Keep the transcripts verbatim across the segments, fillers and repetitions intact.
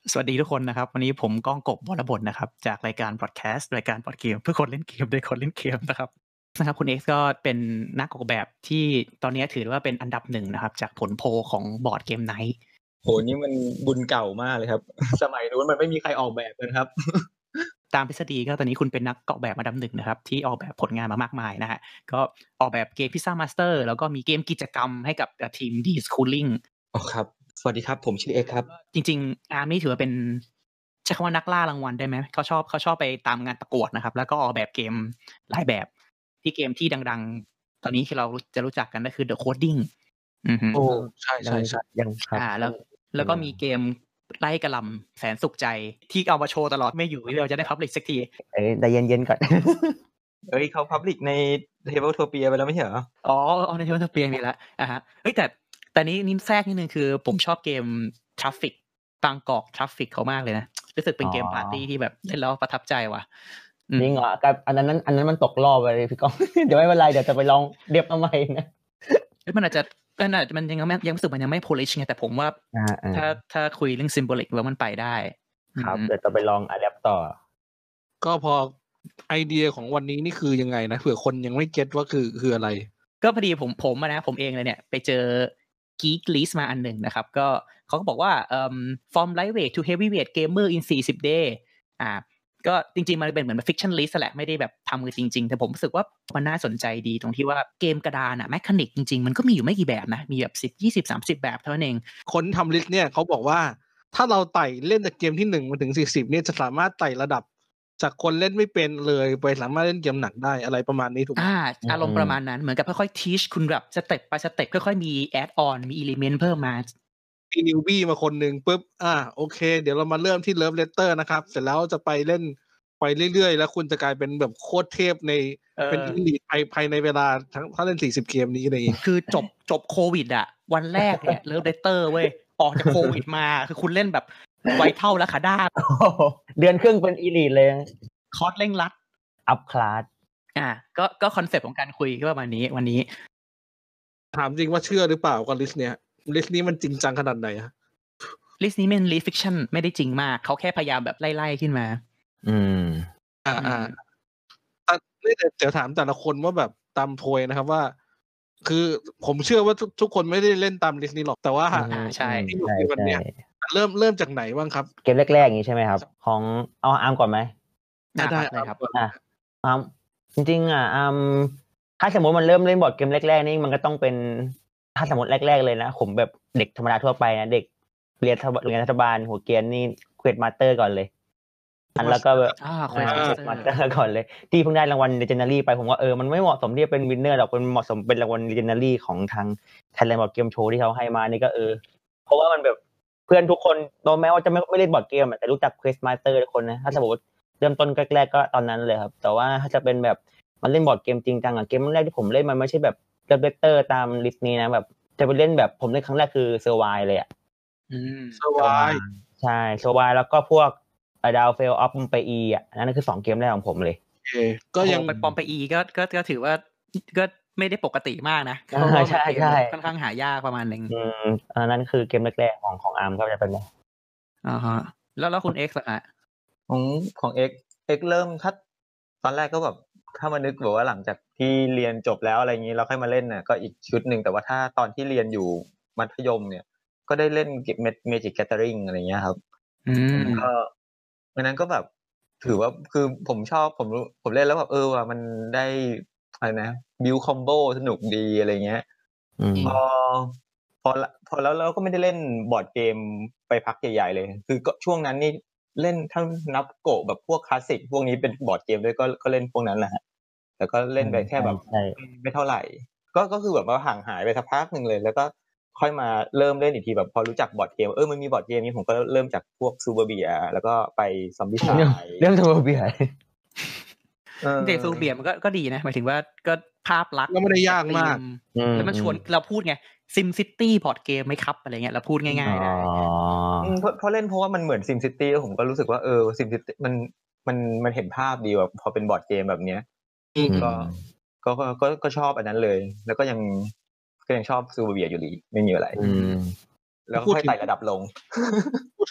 สวัสดีทุกคนนะครับวันนี้ผมก้องกบวรบลนะครับจากรายการพอดแคสต์รายการบอร์ดเกมเพื่อคนเล่นเกมโดยคนเล่นเกมนะครับนะครับคุณ X ก็เป็นนักออกแบบที่ตอนนี้ถือว่าเป็นอันดับหนึ่งนะครับจากผลโพลของบอร์ดเกมไนท์โหนี่มันบุญเก่ามากเลยครับ สมัยนู้นมันไม่มีใครออกแบบเลยครับตามทฤษฎีก็ตอนนี้คุณเป็นนักออกแบบอันดับหนึ่งนะครับที่ออกแบบผลงานมามากมายนะฮะก็ออกแบบเกม Pizza Master แล้วก็มีเกมกิจกรรมให้กับทีม D-Schooling อ๋อครับสวัสดีครับผมชื่อเอกครับจริงๆอาร์มนี่ถือว่าเป็นใช้คำว่านักล่ารางวัลได้ไหมเขาชอบเขาชอบไปตามงานประกวดนะครับแล้วก็ออกแบบเกมหลายแบบที่เกมที่ดังๆตอนนี้ที่เราจะรู้จักกันก็คือ The Coding อือฮึโอ้ใช่ใช่ใช่ยังครับอ่าแล้วแล้วก็มีเกมไล่กระลำแสนสุขใจที่เอามาโชว์ตลอดไม่อยู่ที่เราจะได้ publish สักทีเอ้ยใจเย็นๆก่อนเอ้ยเขาพับลิกใน Tabletopia ไปแล้วไม่ใช่เหรออ๋อเอาในเทเบิลท็อปเปียมีแล้วอ่ะฮะเฮ้ยแต่แต่นี้นี่แทรกนิดนึงคือผมชอบเกม Traffic บางกอก Traffic เขามากเลยนะรู้สึกเป็นเกมปาร์ตี้ที่แบบเล่นแล้วประทับใจว่ะจริงเหรอกับอันนั้นอันนั้นมันตกรอบไปเลยพี่ก้อง เดี๋ยวไม่เป็นไรเดี๋ยวจะไปลองเรียบเอาใหม่นะเฮ้ยมันอาจจะมันอาจจะมันยังไม่ยังรู้สึกมันยังไม่ polish ไงแต่ผมว่าถ้าถ้าคุยเรื่อง symbolic แล้วมันไปได้ครับเดี๋ยวจะไปลอง adapt ต่อก็พอไอเดียของวันนี้นี่คือยังไงนะเผื่อคนยังไม่เก็ตว่าคือคืออะไรก็พอดีผมผมนะผมเองเลยเนี่ยไปเจอ Geek List มาอันหนึ่งนะครับก็เขาก็บอกว่าเอ่อ from lightweight to heavyweight gamer in forty day อ่าก็จริงๆมันเป็นเหมือน fiction list แหละไม่ได้แบบทำมือจริงๆแต่ผมรู้สึกว่ามันน่าสนใจดีตรงที่ว่าเกมกระดานอะแมคานิกจริงๆมันก็มีอยู่ไม่กี่แบบนะมีแบบสิบ ยี่สิบ สามสิบแบบเท่านั้นเองคนทำลิสต์เนี่ยเขาบอกว่าถ้าเราไต่เล่นจากเกมที่หนึ่งมาถึงสี่สิบเนี่ยจะสามารถไต่ระดับจากคนเล่นไม่เป็นเลยไปสามารถเล่นเกมหนักได้อะไรประมาณนี้ถูกไหมอ่าอารมณ์ประมาณนั้นเหมือนกับค่อยๆ teach คุณแบบสเต็ปไปสเต็ปค่อยๆมี add on มี element เพิ่มมามีนิวบี้มาคนหนึ่งปุ๊บอ่าโอเคเดี๋ยวเรามาเริ่มที่เลิฟเลตเตอร์นะครับเสร็จแล้วจะไปเล่นไปเรื่อยๆแล้วคุณจะกลายเป็นแบบโคตรเทพในเป็นอีลีทภายภายในเวลาทั้งถ้าเล่นสี่สิบเกมนี้อะไรอย่างงี้คือจบจบโควิดอ่ะวันแรกเนี่ยเลิฟเลตเตอร์เว้ยออกจากโควิดมาคือคุณเล่นแบบไวเท่าและขาด้าเดือนครึ่งเป็นอีลีทเลยคอร์สเร่งรัดอัพคลาสอ่าก็ก็คอนเซ็ปต์ของการคุยก็ประมาณนี้วันนี้ถามจริงว่าเชื่อหรือเปล่ากับลิสต์เนี้ยลิสต์นี้มันจริงจังขนาดไหนอะลิสต์นี้เป็นลิสต์ฟิกชั่นไม่ได้จริงมากเขาแค่พยายามแบบไล่ๆขึ้นมาอืมอ่าอ่าเดี๋ยวถามแต่ละคนว่าแบบตามโพยนะครับว่าคือผมเชื่อว่าทุกทุกคนไม่ได้เล่นตามลิสต์นี้หรอกแต่ว่าอ่าใช่ที่อยู่ในวันเนี้ยเริ่มเริ่มจากไหนบ้างครับเกมแรกๆอย่างนี้ใช่ไหมครับของเอาอาร์มก่อนไหมได้ได้ครับอ่ะอาร์มจริงๆอ่ะอาร์มถ้าสมมติมันเริ่มเล่นบอร์ดเกมแรกๆนี่มันก็ต้องเป็นถ้าสมมติแรกๆเลยนะผมแบบเด็กธรรมดาทั่วไปนะเด็กเรียนโรงเรียนรัฐบาลหัวเกรียนนี่เควสมาสเตอร์ก่อนเลยอันแล้วก็แบบอ่าเควสมาสเตอร์ก่อนเลยที่เพิ่งได้รางวัล Legendary ไปผมว่าเออมันไม่เหมาะสมที่จะเป็นวินเนอร์หรอกมันเหมาะสมเป็นรางวัล Legendary ของทาง Thailand Board Game Show ที่เขาให้มานี่ก็เออเพราะว่ามันแบบเพื่อนทุกคนโดนแม้ว่าจะไม่ไม่เล่นบอร์ดเกมแต่รู้จัก Quest Master ทุกคนนะถ้าสมมติเริ่มต้นแรกๆก็ตอนนั้นเลยครับแต่ว่าถ้าจะเป็นแบบมันเล่นบอร์ดเกมจริงจังอ่ะเกมแรกที่ผมเล่นมันไม่ใช่แบบเริ่มเลเตอร์ตามลิสต์นี้นะแบบจะไปเล่นแบบผมเล่นครั้งแรกคือ Survive เลยอ่ะอืม Survive ใช่ Survive แล้วก็พวกดาวเฟลออฟไปอีอ่ะนั่นคือสองเกมแรกของผมเลยโอเคก็ยังไปปอมไปอีก็ก็ก็ถือว่าก็ไม่ได้ปกติมากนะใช่ใช่ค่อนข้างหายากประมาณนึงอืมอันนั้นคือเกมแรกๆของของอาร์มก็จะเป็นอ่าฮะแล้วแล้วคุณ X ล่ะฮะของของ X X เริ่มถ้าตอนแรกก็แบบถ้ามานึกแบบว่าหลังจากที่เรียนจบแล้วอะไรอย่างนี้เราค่อยมาเล่นน่ะก็อีกชุดนึงแต่ว่าถ้าตอนที่เรียนอยู่มัธยมเนี่ยก็ได้เล่นเกม Magic Gathering อะไรอย่างเงี้ยครับอืมก็วันนั้นก็แบบถือว่าคือผมชอบผมผมเล่นแล้วแบบเออว่ะมันได้อะไรนะบิวคอมโบสนุกดีอะไรเงี้ยพอพอพอแล้วเราก็ไม่ได้เล่นบอร์ดเกมไปพักใหญ่ๆเลยคือก็ช่วงนั้นนี่เล่นถ้านับโกะแบบพวกคลาสสิกพวกนี้เป็นบอร์ดเกมด้วยก็ก็เล่นพวกนั้นแหละฮะแต่ก็เล่นไปแค่แบบไม่เท่าไหร่ก็ก็คือแบบว่าห่างหายไปสักพักนึงเลยแล้วก็ค่อยมาเริ่มเล่นอีกทีแบบพอรู้จักบอร์ดเกมเออมันมีบอร์ดเกมนี้ผมก็เริ่มจากพวกซูเปอร์เบียแล้วก็ไปซอมบี้ไซด์เรื่องซูเปอร์เบียเดซูเบียมันก็ก็ดีนะหมายถึงว่าก็ภาพลักษณ์ก็ไม่ได้ยากมากแล้วมันชวนเราพูดไงซิมซิตี้บอร์ดเกมไหมครับอะไรเงี้ยเราพูดง่ายๆได้เพราะเล่นเพราะว่ามันเหมือนซิมซิตี้แล้วผมก็รู้สึกว่าเออซิมซิตี้มันมันมันเห็นภาพดีแบบพอเป็นบอร์ดเกมแบบเนี้ยก็ก็ก็ก็ชอบอันนั้นเลยแล้วก็ยังก็ยังชอบซูเปอร์เบียอยู่ดีไม่มีอะไรแล้วค่อยไต่ระดับลงพูด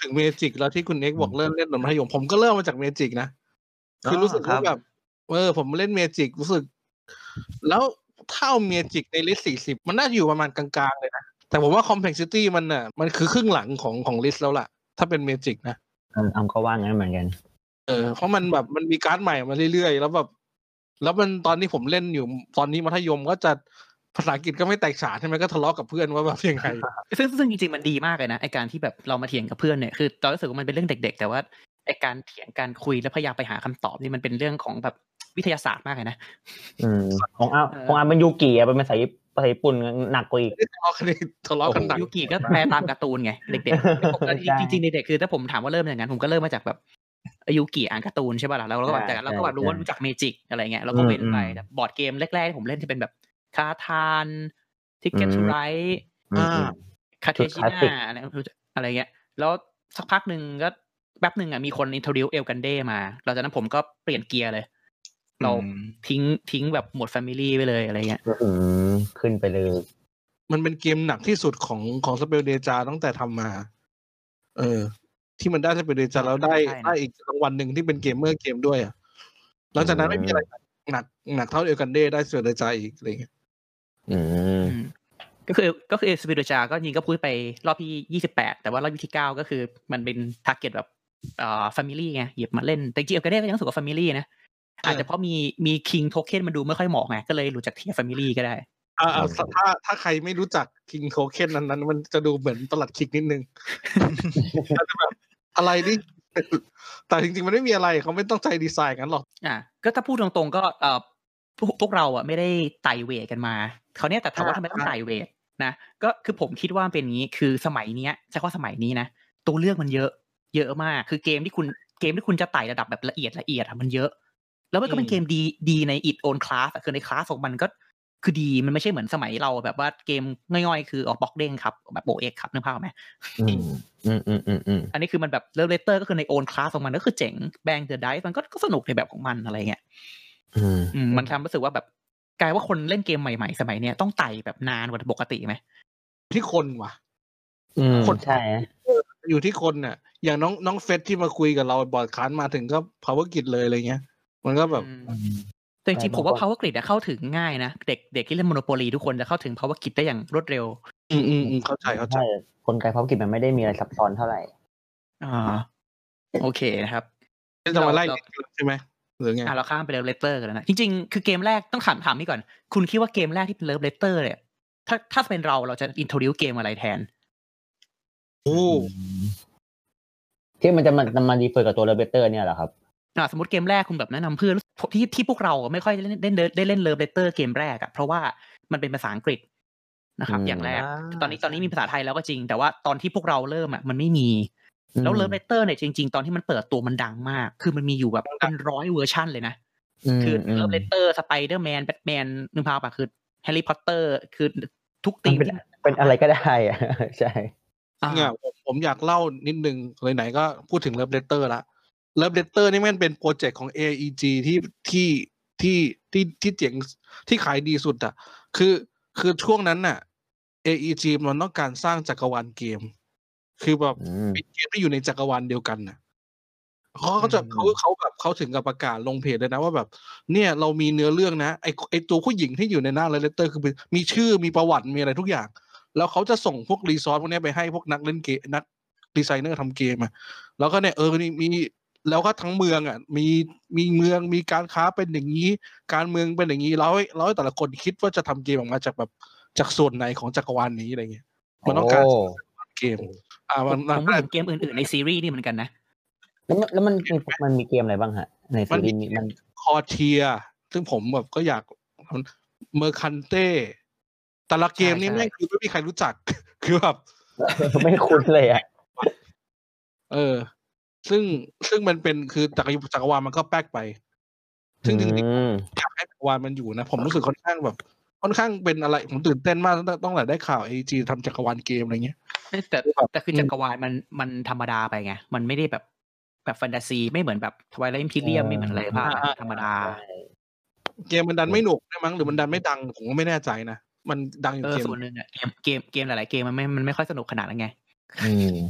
ถึงเมจิกแล้วที่คุณเอ็กบอกเริ่มเล่นตอนมัธยมผมก็เริ่มมาจากเมจิกนะคือรู้สึกว่าแบบเออผมเล่นเมจิกรู้สึกแล้วเท่าเมจิกในลิสต์สี่สิบมันน่าจะอยู่ประมาณกลางๆเลยนะแต่ผมว่า complexity มันน่ะมันคือครึ่งหลังของของลิสต์แล้วล่ะถ้าเป็นเมจิกนะเออเอาก็ว่างั้นเหมือนกันเออเพราะมันแบบมันมีการ์ดใหม่มาเรื่อยๆแล้วแบบแล้วมันตอนนี้ผมเล่นอยู่ตอนนี้มัธยมก็จะภาษาอังกฤษก็ไม่แตกฉานใช่ไหมก็ทะเลาะกับเพื่อนว่าแบบยังไงซึ่งซึ่งจริงๆมันดีมากเลยนะไอการที่แบบเรามาเถียงกับเพื่อนเนี่ยคือตอนรู้สึกว่ามันเป็นเรื่องเด็กๆแต่ว่าไอการเถียงการคุยแล้วพยายามไปหาคำตอบนี่มันเป็นเรื่องของแบบวิทยาศาสตร์มากเลยนะอืมของอาของอาเป็นยูกิอ่ะเป็นภาษาภาษาญี่ปุ่นหนักกว่าอีกทะเลาะกันทะเลาะกันหนักยูกิก็แปลตามการ์ตูนไงเด็กๆจริงๆเด็กๆคือถ้าผมถามว่าเริ่มอย่างนั้นผมก็เริ่มมาจากแบบยูกิอ่านการ์ตูนใช่ป่ะล่ะแล้วเราก็แบบแต่เราก็แบบรู้ว่ารู้จักเมจิกอะไรเงี้ยเราก็เว้นไปบอร์ดเกมแรกๆที่ผมเล่นที่เป็นแบบคาทานทิกเก็ตทูไรท์อ่าคาเทชิน่าอะไรอะไรเงี้ยแล้วสักพักนึงก็แป๊บนึงอ่ะมีคนอินโทรดิวเอลกันเดมาหลังจากนั้นผมก็เปลี่ยนเกียร์เลยเราทิ้งทิ้งแบบหมดแฟมิลี่ไปเลยอะไรเงี้ยอืมขึ้นไปเลยมันเป็นเกมหนักที่สุดของของสเปลเดจาตั้งแต่ทำมาเออที่มันได้สเปลเดจาแล้วได้ได้อีกรางวัลหนึ่งที่เป็นเกมเมอร์เกมด้วยอ่ะหลังจากนั้นไม่มีอะไรหนักหนักเท่าเอลกันเดได้สเปลเดจาอีกอะไรเงี้ยอืมก็คือก็คือสเปลเดจาก็จริงก็พูดไปรอบที่ยี่สิบแปดแต่ว่ารอบที่เก้าก็คือมันเป็นทาร์เก็ตแบบอ่าแฟมิลี่ไงหยิบมาเล่นแต่จริงเอลกันเดก็ยังรู้สึกว่าแฟมิลี่นะอาจจะเพราะมีมีคิงโทเค็นมันดูไม่ค่อยเหมาะไงก็เลยรู้จักเทียร์แฟมิลี่ก็ได้อ่าถ้าถ้าใครไม่รู้จักคิงโทเค็นนั้นนั้นมันจะดูเหมือนประหลัดคิกนิดนึงอาจจะแบบอะไรนี่แต่จริงๆมันไม่มีอะไรเขาไม่ต้องใจดีไซน์กันหรอกอ่าก็ถ้าพูดตรงๆก็เอ่อพวกเราอ่ะไม่ได้ไต่เวทกันมาเขาเนี่ยแต่ถามว่าทำไมต้องไต่เวทนะก็คือผมคิดว่าเป็นอย่างนี้คือสมัยเนี้ยใช่ว่าสมัยนี้นะตัวเลือกมันเยอะเยอะมากคือเกมที่คุณเกมที่คุณจะไต่ระดับแบบละเอียดละเอียดอ่ะมันเยอะแล้วมันก็เป็นเกมดีดีใน its own class อ่ะคือในคลาสของมันก็คือดีมันไม่ใช่เหมือนสมัยเราแบบว่าเกมง่อยๆคือออกบล็อกเด้งครับแบบโบเอ็กครับนึกภาพไหมอืมอืมอืมอืมอืมอันนี้คือมันแบบเริ่มเลเตอร์ก็คือในโอนคลาสของมันก็คือเจ๋งแบงเดอะไดส์มันก็ก็สนุกในแบบของมันอะไรเงี้ยอืมอืมมันทำรู้สึกว่าแบบกลายว่าคนเล่นเกมใหม่ๆสมัยเนี้ยต้องไต่แบบนานกว่าปกติไหมที่คนว่ะคนใช่อยู่ที่คนน่ะอย่างน้องน้องเฟสที่มาคุยกับเราบอร์ดคันมาถึงก็ power grid เลยอะไรเงี้ยมันก็แบบแต่จริงๆผมว่า power grid เข้าถึงง่ายนะเด็กเด็กที่เล่น Monopoly ทุกคนจะเข้าถึง power grid ได้อย่างรวดเร็วอืมอืมเข้าใจเข้าใจคนไกล power grid มันไม่ได้มีอะไรซับซ้อนเท่าไหร่อ่าโอเคนะครับจะมาไล่ใช่ไหมหรือไงอ่ะเราข้ามไปเลิฟเลเตอร์กันแล้วนะจริงๆคือเกมแรกต้องถามถามนี่ก่อนคุณคิดว่าเกมแรกที่เป็นเลิฟเลเตอร์เนี่ยถ้าถ้าเป็นเราเราจะอินโทรดิวเกมอะไรแทนโอ้ที่มันจะมันมันดีเฟอร์กับตัวเลิฟเลเตอร์เนี่ยเหรอครับอ่าสมมติเกมแรกคุณแบบแนะนำเพื่อนที่ที่พวกเราไม่ค่อยได้เล่นได้เล่นเลิฟเลเตอร์เกมแรกอ่ะเพราะว่ามันเป็นภาษาอังกฤษนะครับอย่างแรกตอนนี้ตอนนี้มีภาษาไทยแล้วก็จริงแต่ว่าตอนที่พวกเราเริ่มอ่ะมันไม่มีแล้วเลิฟเลเตอร์เนี่ยจริงๆตอนที่มันเปิดตัวมันดังมากคือมันมีอยู่แบบเป็นร้อยเวอร์ชันเลยนะคือเลิฟเลเตอร์สไปเดอร์แมนแบทแมนนึกภาพป่ะคือแฮร์รี่พอตเตอร์คือทุกธีมที่เป็นอะไรก็ได้อ่ะใช่เนี่ยผมอยากเล่านิดนึงไหนๆก็พูดถึงเลิฟเลเตอร์ละเลิฟเลเตอร์นี่มันเป็นโปรเจกต์ของ เอ อี จี ที่ที่ที่ที่ที่เจ๋งที่ขายดีสุดอ่ะคือคือช่วงนั้นน่ะ เอ อี จี มันต้องการสร้างจักรวาลเกมคือแบบเป็นเกมที่อยู่ในจักรวาลเดียวกันน่ะเขาเขาจะเขาเขาแบบเขาถึงกับประกาศลงเพจเลยนะว่าแบบเนี่ยเรามีเนื้อเรื่องนะไอไอตัวผู้หญิงที่อยู่ในหน้าเลเตอร์คือมีชื่อมีประวัติมีอะไรทุกอย่างแล้วเขาจะส่งพวกรีซอสพวกนี้ไปให้พวกนักเล่นเกมนักดีไซเนอร์ทำเกมอ่ะแล้วก็เนี่ยเออมีมีแล้วก็ทั้งเมืองอ่ะมีมีเมืองมีการค้าเป็นอย่างนี้การเมืองเป็นอย่างนี้แล้วแล้วแต่ละคนคิดว่าจะทำเกมออกมาจากแบบจากส่วนไหนของจักรวาลนี้อะไรเงี้ยมันต้องการเกมอ่ามันผมเห็นเกมอื่นๆในซีรีส์นี่เหมือนกันนะแล้วแล้วมันมันมีเกมอะไรบ้างฮะในซีรีส์นี้มันคอเทียซึ่งผมแบบก็อยากเมอร์คันเต้แต่ละเกมนี่แม่งคือไม่มีใครรู้จักคือแบบไม่คุ้นเลยอ่ะเออซึ่งซึ่งมันเป็นคือจักรจักรวาลมันก็แป๊กไปซึ่งจริงๆอยากให้จักรวาลมันอยู่นะผมรู้สึกค่อนข้างแบบค่อนข้างเป็นอะไรผมตื่นเต้นมากตั้งแต่ต้องแต่ได้ข่าว เอ อี จี ทำจักรวาลเกมอะไรเงี้ยแต่แต่คือจักรวาลมันมันธรรมดาไปไงมันไม่ได้แบบแบบแฟนตาซีไม่เหมือนแบบทวายไลท์อิมพีเรียมไม่เหมือนอะไรภาคธรรมดาเกมมันดันไม่หนุกได้มั้งหรือมันดันไม่ดังผมก็ไม่แน่ใจนะมันดังอยู่เกมส่วนนึงอ่ะเกมเกมเกมหลายๆเกมมันไม่มันไม่ค่อยสนุกขนาดนั้นไงอืมจ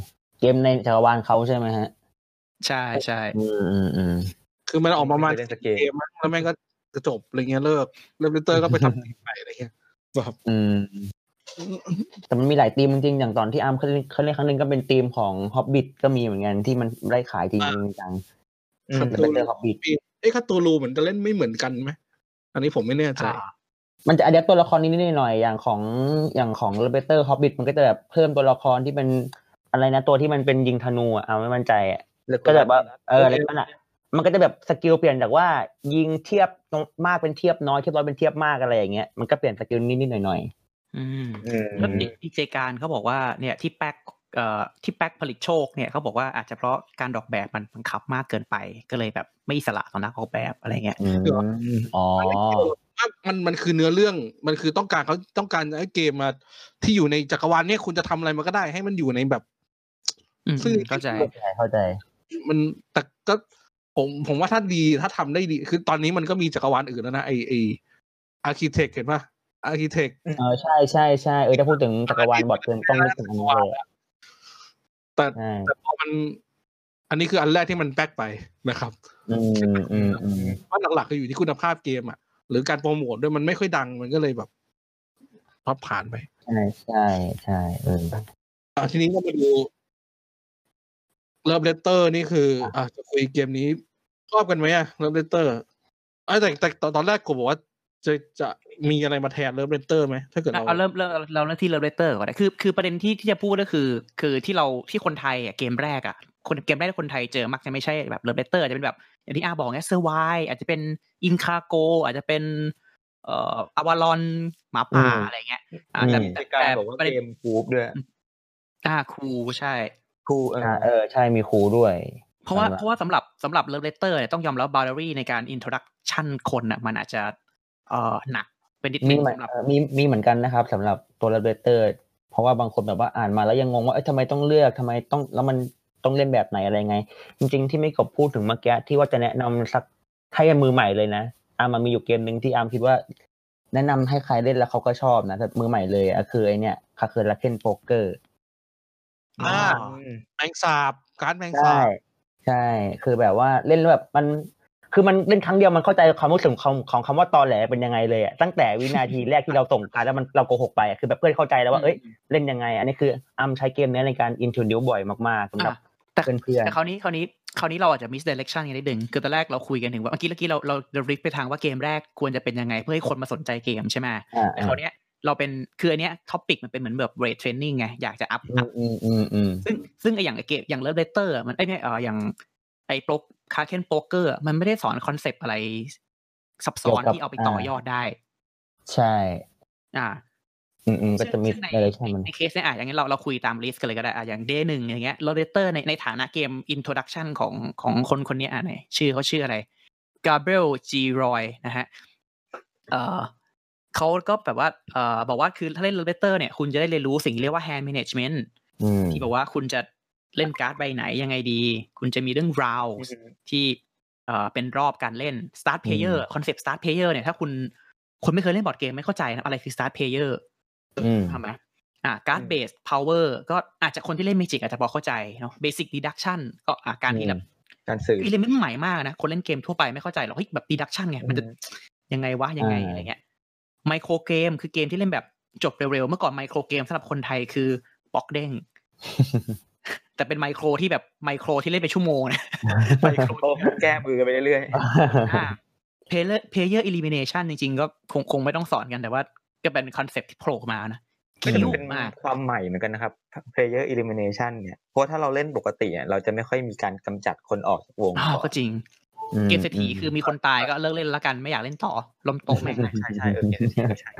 เกมในจักรวาลเขาใช่ไหมฮะใช่ใช่อืมอืมอืมคือมันออกมามาเกมแล้วแม่งก็จะจบอะไรเงี้ยเลิกเริ่มเตอร์ก็ไปทำทีมใหม่อะไรเงี้ยแบบอืมแต่มันมีหลายธีมจริงๆอย่างตอนที่อาร์มเขาเล่นเขาเล่นครั้งนึงก็เป็นธีมของ Hobbit ก็มีเหมือนกันที่มันได้ขายจริงจังอืมเป็นเตอร์ Hobbit เอ้ยคาตูลูเหมือนจะเล่นไม่เหมือนกันมั้ยอันนี้ผมไม่แน่ใจมันจะอะแดปตัวละครนิดๆหน่อยๆอย่างของอย่างของ Rebel Hobbit มันก็จะแบบเพิ่มตัวละครที่เป็นอะไรนะตัวที่มันเป็นยิงธนูอ่ะเอาไม่มั่นใจอ่ะก็แบบว่าเอออะไรนั่นน่ะมันก็จะแบบสกิลเปลี่ยนจากว่ายิงเทียบมากเป็นเทียบน้อยเทียบน้อยเป็นเทียบมากอะไรอย่างเงี้ยมันก็เปลี่ยนสกิลนิดๆหน่อยๆอืมแล้วดีเจการเขาบอกว่าเนี่ยที่แป๊กเอ่อที่แป๊กผลิตโชคเนี่ยเขาบอกว่าอาจจะเพราะการออกแบบมันบังคับมากเกินไปก็เลยแบบไม่อิสระต่อนักออกแบบอะไรเงี้ยอ๋อมันมันคือเนื้อเรื่องมันคือต้องการเขาต้องการให้เกมมาที่อยู่ในจักรวาลเนี่ยคุณจะทำอะไรมันก็ได้ให้มันอยู่ในแบบซึ่งเข้าใจเข้าใจมันแต่ก็ผมผมว่าถ้าดีถ้าทำได้ดีคือตอนนี้มันก็มีจักรวาลอื่นแล้วนะไอไออาร์คิเทคเห็นป่ะอาร์คิเทคเออใช่ใช่ใช่เออถ้าพูดถึงจักรวาลบอร์ดเกมต้องนึกถึงอันนี้เลยแต่แต่พอมันอันนี้คืออันแรกที่มันแป๊กไปนะครับอืมอืมอืมว่าหลักๆก็อยู่ที่คุณภาพเกมอ่ะหรือการโปรโมทด้วยมันไม่ค่อยดังมันก็เลยแบบพับผ่านไปใช่ใช่ใช่เอออ่ะทีนี้ก็มาดูเลิฟเลตเตอร์นี่คืออ่ะจะคุยเกมนี้ชอบกันไหมอ่ะเลิฟเลตเตอร์ไอ้แต่แต่ตอนแรกกูบอกว่าจะจะมีอะไรมาแทนเลิฟเลตเตอร์ไหมถ้าเกิดเราเอาเริ่มเริ่มเราเริ่มที่เลิฟเลตเตอร์ก่อนนะคือคือประเด็นที่ที่จะพูดก็คือคือที่เราที่คนไทยอ่ะเกมแรกอ่ะคนเกมแรกที่คนไทยเจอมักจะไม่ใช่แบบเลิฟเลตเตอร์จะเป็นแบบอย่างที่อาบอกเนี่ยเซอร์ไวอาจจะเป็นอินคาโกอาจจะเป็นเอ่ออวาลอนหมาป่าอะไรเงี้ยอ่าแต่แต่บอกว่าเกมคูปด้วยอ่าคูใช่คูเออเออใช่มีคูด้วยเพราะว่าเพราะว่าสำหรับสำหรับเลิฟเลตเตอร์เนี่ยต้องยอมรับบาวเดอรี่ในการอินโทรดักชั่นคนอ่ะมันอาจจะเอ่อหนักเป็นนิดนึงสำหรับมีมีเหมือนกันนะครับสำหรับตัวเลิฟเลตเตอร์เพราะว่าบางคนแบบว่าอ่านมาแล้วยังงงว่าเอ้ยทำไมต้องเลือกทำไมต้องแล้วมันต้องเล่นแบบไหนอะไรไงจริงๆที่ไม่กบพูดถึงเมื่อกี้ที่ว่าจะแนะนำสักให้มือใหม่เลยนะอาร์มมันมีอยู่เกมนึงที่อาร์มคิดว่าแนะนำให้ใครเล่นแล้วเขาก็ชอบนะแต่มือใหม่เลยอ่ะคือไอเนี้ยคาคือลักเก็นโป๊กเกอร์อ่าแมงสาบการ์ดแมงสาบใช่คือแบบว่าเล่นแบบมันคือมันเล่นครั้งเดียวมันเข้าใจความรู้สึกของของคำว่าตอแหลเป็นยังไงเลยอ่ะตั้งแต่วินาทีแรกที่เราส่งการแล้วมันเราโกหกไปคือแบบเพื่อนเข้าใจแล้วว่าเอ้ยเล่นยังไงอันนี้คืออัมใช้เกมนี้ในการอินโทรดิวบ่อยมากๆสำหรับเพื่อนๆแต่คราวนี้คราวนี้คราวนี้เราอาจจะมิสเดเรคชั่นกันนิดนึงคือตอนแรกเราคุยกันถึงว่าเมื่อกี้เมื่อกี้เราเราเราริกไปทางว่าเกมแรกควรจะเป็นยังไงเพื่อให้คนมาสนใจเกมใช่ไหมแต่คราวนี้เราเป็นคืออันเนี้ยท็อปิกมันเป็นเหมือนแบบเรทเทรนนิ่งไงอยากจะอัพอัพซึ่งซึ่งไออย่างไอเกมอย่างเลิฟเลตเตอร์มันไอเนี่ยเอออย่างไอโปรคาร์เคนโป๊กเกอร์มันไม่ได้สอนคอนเซปต์อะไรซับซ้อนที่เอาไปต่อยอดได้ใช่อ่าอืมอืมก็จะมีอะไรใช่มันในเคสเนี่ยอ่ะอย่างนี้เราเราคุยตามลิสต์กันเลยก็ได้อ่ะอย่าง Day หนึ่งอย่างเงี้ย Lodator ในในฐานะเกม Introduction ของของคนคนนี้อ่ะไหนชื่อเขาชื่ออะไร Gabriel G Roy นะฮะเอ่อเขาก็แบบว่าเอ่อบอกว่าคือถ้าเล่น Lodator เนี่ยคุณจะได้เรียนรู้สิ่งเรียกว่า Hand Management ที่บอกว่าคุณจะเล่นการ์ดใบไหนยังไงดีคุณจะมีเรื่อง rounds ที่เอ่อเป็นรอบการเล่น Start Player Concept Start Player เนี่ยถ้าคุณคนไม่เคยเล่นบอร์ดเกมไม่เข้าใจนะอะไรคือ Start Playerทำไหมอ่าการ์ดเบสพาวเวอร์ก็อาจจะคนที่เล่นเมจิกอาจจะพอเข้าใจเนาะเบสิกดีดักชันก็อ่าการที่แบบการสื่ออิเลเมนต์ใหม่มากนะคนเล่นเกมทั่วไปไม่เข้าใจหรอกเฮ้ยแบบดีดักชันไงมันจะยังไงวะยังไงอะไรเงี้ยไมโครเกมคือเกมที่เล่นแบบจบเร็วๆเมื่อก่อนไมโครเกมสำหรับคนไทยคือบล็อกเด้งแต่เป็นไมโครที่แบบไมโครที่เล่นไปชั่วโมงนะไมโครแก้มือกันไปเรื่อยๆเพลเยอร์เพลเยอร์อิลิมิเนชันจริงๆก็คงคงไม่ต้องสอนกันแต่ว่าก็เป็นคอนเซ็ปต์ที่โผล่มานะก็จะเป็นความใหม่เหมือนกันนะครับ player elimination เนี่ยเพราะถ้าเราเล่นปกติเราจะไม่ค่อยมีการกำจัดคนออกจากวงอ๋อก็จริงเกมเศรษฐีคือมีคนตายก็เลิกเล่นแล้วกันไม่อยากเล่นต่อล้มโต๊ะแม่งใช่ใช่เออเกมเศรษฐีก็ใช่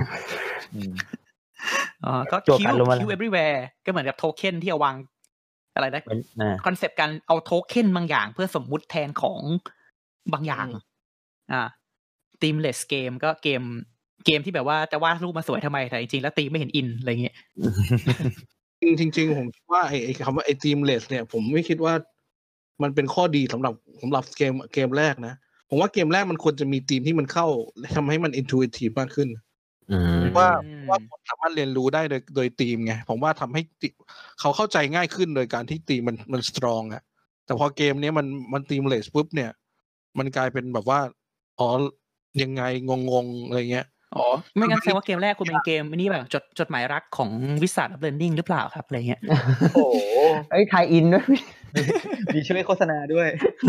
อ๋อก็คิวคิว everywhere ก็เหมือนกับโทเค็นที่เอาวางอะไรนะคอนเซปต์การเอาโทเค็นบางอย่างเพื่อสมมุติแทนของบางอย่างอ่า themeless game ก็เกมเกมที่แบบว่าจะวาดรูปมาสวยทำไมแต่จริงๆแล้วตีไม่เห็นอินอะไรเงี้ยจริงจริงผมคิดว่าไอ้ไอ้คำว่าไอ้ themeless เนี่ยผมไม่คิดว่ามันเป็นข้อดีสำหรับสำหรับเกมเกมแรกนะผมว่าเกมแรกมันควรจะมีธีมที่มันเข้าทำให้มัน intuitive มากขึ้นว่าว่าคนสามารถเรียนรู้ได้โดยโดยทีมไงผมว่าทำให้เขาเข้าใจง่ายขึ้นโดยการที่ทีมมันมันสตรองอ่ะแต่พอเกมนี้มันมันทีมเลสปุ๊บเนี่ยมันกลายเป็นแบบว่าอ๋อยังไงงงๆอะไรเงี้ยอ๋อไม่งั้นแสดงว่าเกมแรกคุณเป็นเกมนี่แบบจดจดหมายรักของวิสัท of Learning หรือเปล่าครับอะไรเงี้ยโอ้โหไอ้ไทยอินด้วยมีช่วยโฆษณาด้วย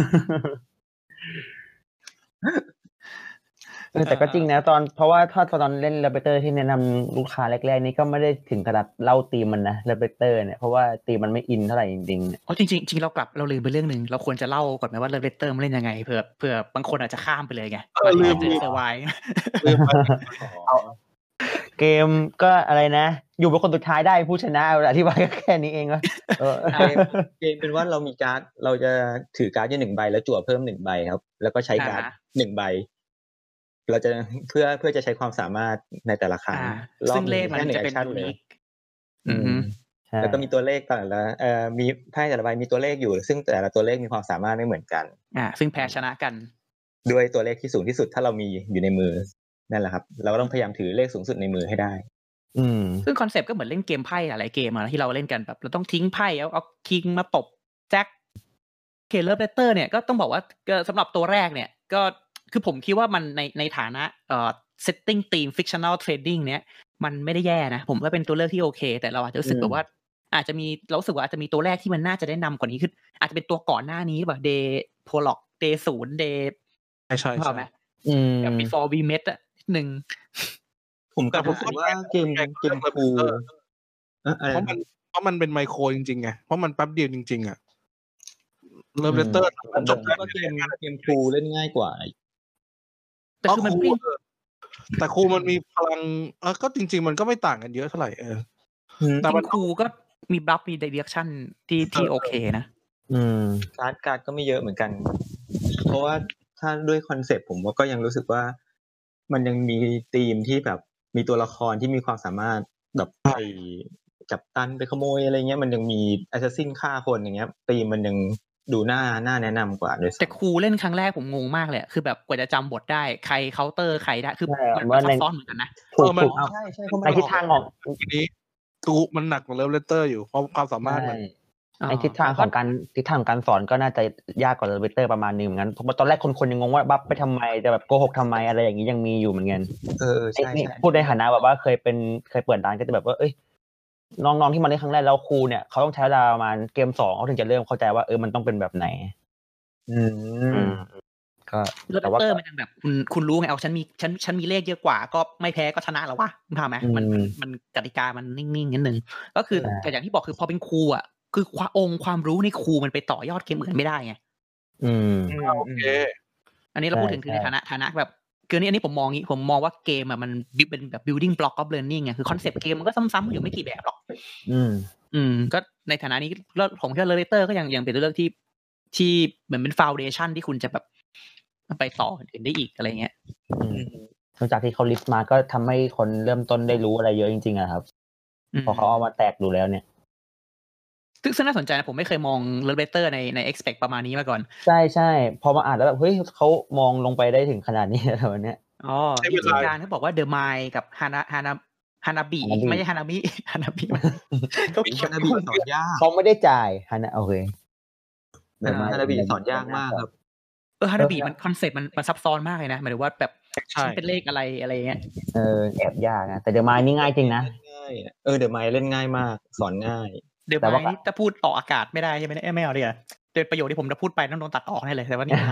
แต่ก็จริงนะตอนเพราะว่าถ้าตอนเล่น Repeater ที่แนะนำลูกค้าแรกๆนี่ก็ไม่ได้ถึงขนาดเล่าธีมมันนะ Repeater เนี่ยเพราะว่าธีมมันไม่อินเท่าไหร่จริงๆอ๋อจริงๆจริงเรากลับเราลืมไปเรื่องนึงเราควรจะเล่าก่อนไหมว่า Repeater มันเล่นยังไงเผื่อเผื่อบางคนอาจจะข้ามไปเลยไงมาถึงเจอเซอร์ไวลืมไปเกมก็อะไรนะอยู่เป็นคนสุดท้ายได้ผู้ชนะอธิบายก็แค่นี้เองวะเออเกมเป็นว่าเรามีการ์ดเราจะถือการ์ดอยู่หนึ่งใบแล้วจั่วเพิ่มหนึ่งใบครับแล้วก็ใช้การ์ดหนึ่งใบเราจะเพื่อเพื่อจะใช้ความสามารถในแต่ละครั้งซึ่งเลขมันจะเป็นยูนิคแล้วก็มีตัวเลขแต่ละเอ่อมีไพ่แต่ละใบมีตัวเลขอยู่ซึ่งแต่ละตัวเลขมีความสามารถไม่เหมือนกันอ่าซึ่งแพ้ชนะกันด้วยตัวเลขที่สูงที่สุดถ้าเรามีอยู่ในมือนั่นแหละครับเราก็ต้องพยายามถือเลขสูงสุดในมือให้ได้อืมซึ่งคอนเซปต์ก็เหมือนเล่นเกมไพ่หลายเกมอ่ะที่เราเล่นกันแบบเราต้องทิ้งไพ่เอาเอาคิงมาตบแจ็คเคเลอร์เบเตอร์เนี่ยก็ต้องบอกว่าสำหรับตัวแรกเนี่ยก็คือผมคิดว่ามันในในฐานะเอ่อ setting theme fictional trading เนี้ยมันไม่ได้แย่นะผมว่าเป็นตัวเลือกที่โอเคแต่เราอาจจะรู้สึกแบบว่าอาจจะมีเรารู้สึกว่าอาจจะมีตัวแรกที่มันน่าจะได้นำกว่านี้คืออาจจะเป็นตัวก่อนหน้านี้แบบเดย์โพล็อกเดย์ศูนย์เดย์ใช่ใช่ใช่ไหมแบบ before we met อ่ะหนึ่งผมก็รู้สึกว่าเกมเกมคูเพราะมันเพราะมันเป็นไมโครจริงๆไงเพราะมันแป๊บเดียวจริงๆอ่ะเริ่มเลเตอร์มันจบแล้วก็เกมเกมคูเล่นง่ายกว่าแต่คือมันแต่ครูมันมีพลังเออก็จริงๆมันก็ไม่ต่างกันเยอะเท่าไหร่เออแต่มันครูก็มีบัฟมี direction ที่ที่โอเคนะอืมการ์ดการ์ดก็ไม่เยอะเหมือนกันเพราะว่าถ้าด้วยคอนเซ็ปต์ผมว่าก็ยังรู้สึกว่ามันยังมีธีมที่แบบมีตัวละครที่มีความสามารถแบบไปจับตันไปขโมยอะไรเงี้ยมันยังมีแอสซัสซินฆ่าคนอย่างเงี้ยธีมมันยังดูน่าน่าแนะนำกว่าด้วยแต่ครูเล่นครั้งแรกผมงงมากเลยคือแบบกว่าจะจำบทได้ใครเคาน์เตอร์ใครได้คือมันซับซ้อนเหมือนกันนะถูกถูกใช่ใช่ในทิศทางของนี้ตูมันหนักกว่าเริ่มเลเตอร์อยู่เพราะความสามารถมันในทิศทางของการทิศทางการสอนก็น่าจะยากกว่าเริ่มเลเตอร์ประมาณนึงเหมือนกันเพราะตอนแรกคนๆยังงงว่าบัฟไปทำไมจะแบบโกหกทำไมอะไรอย่างนี้ยังมีอยู่เหมือนกันเออใช่ๆพูดในฐานะแบบว่าเคยเป็นเคยเปิดร้านก็จะแบบว่าเอ้ยน้องๆที่มาเล่นครั้งแรกแล้วครูเนี่ยเขาต้องใช้เวลาประมาณเกมสองเขาถึงจะเริ่มเข้าใจว่าเออมันต้องเป็นแบบไหนอืมก็แต่ว่ามันยังแบบคุณคุณรู้ไงเอาฉันมีฉันฉันมีเลขเยอะกว่าก็ไม่แพ้ก็ชนะแล้ววะคุณถามไหมมันมันกติกามันนิ่งๆนิดนึงก็คือแต่อย่างที่บอกคือพอเป็นครูอ่ะคือความองค์ความรู้ในครูมันไปต่อยอดเกมอื่นไม่ได้ไงอืมโอเคอันนี้เราพูดถึงคือในฐานะฐานะแบบคือนี่อันนี้ผมมองงี้ผมมองว่าเกมอ่ะมันเป็นแบบ building block of learning ไงคือคอนเซ็ปต์เกมมันก็ซ้ำๆอยู่ไม่กี่แบบหรอกอืมอืมก็ในฐานะนี้แล้วผมคิดว่า Letter ก็ยังยังเป็นเรื่องที่ที่เหมือนเป็น foundation ที่คุณจะแบบไปต่ออื่นได้อีกอะไรเงี้ยหลังจากที่เขาลิสต์มาก็ทำให้คนเริ่มต้นได้รู้อะไรเยอะจริงๆอะครับพอเขาเอามาแตกดูแล้วเนี่ยซึ่งน่าสนใจนะผมไม่เคยมอง Letter ในใน expect ประมาณนี้มาก่อนใช่ๆพอมาอ่านแล้วแบบเฮ้ยเขามองลงไปได้ถึงขนาดนี้แล้ววันเนี้ยอ๋อวิธีการเขาบอกว่า The Mind กับ Hana Hana Hanabi ไม่ใช่ Hanabi Hanabi เขาเขียน Hanabi สอนยากเขาไม่ได้จ่ายฮานะโอเคแต่ Hanabi สอนยากมากครับเออ Hanabi มันคอนเซ็ปต์มันมันซับซ้อนมากเลยนะหมายถึงว่าแบบฉันเป็นเลขอะไรอะไรเงี้ยเออแอบยากนะแต่ The Mind นี่ง่ายจริงนะเออ The Mind เล่นง่ายมากสอนง่ายเดี๋ยวไปถ้าพูดออกอากาศไม่ได้ใช่ไหมไม่เอาดิอ่ะเป็นประโยชน์ที่ผมจะพูดไปต้องโดนตัดออกแน่เลยแต่ว่านี่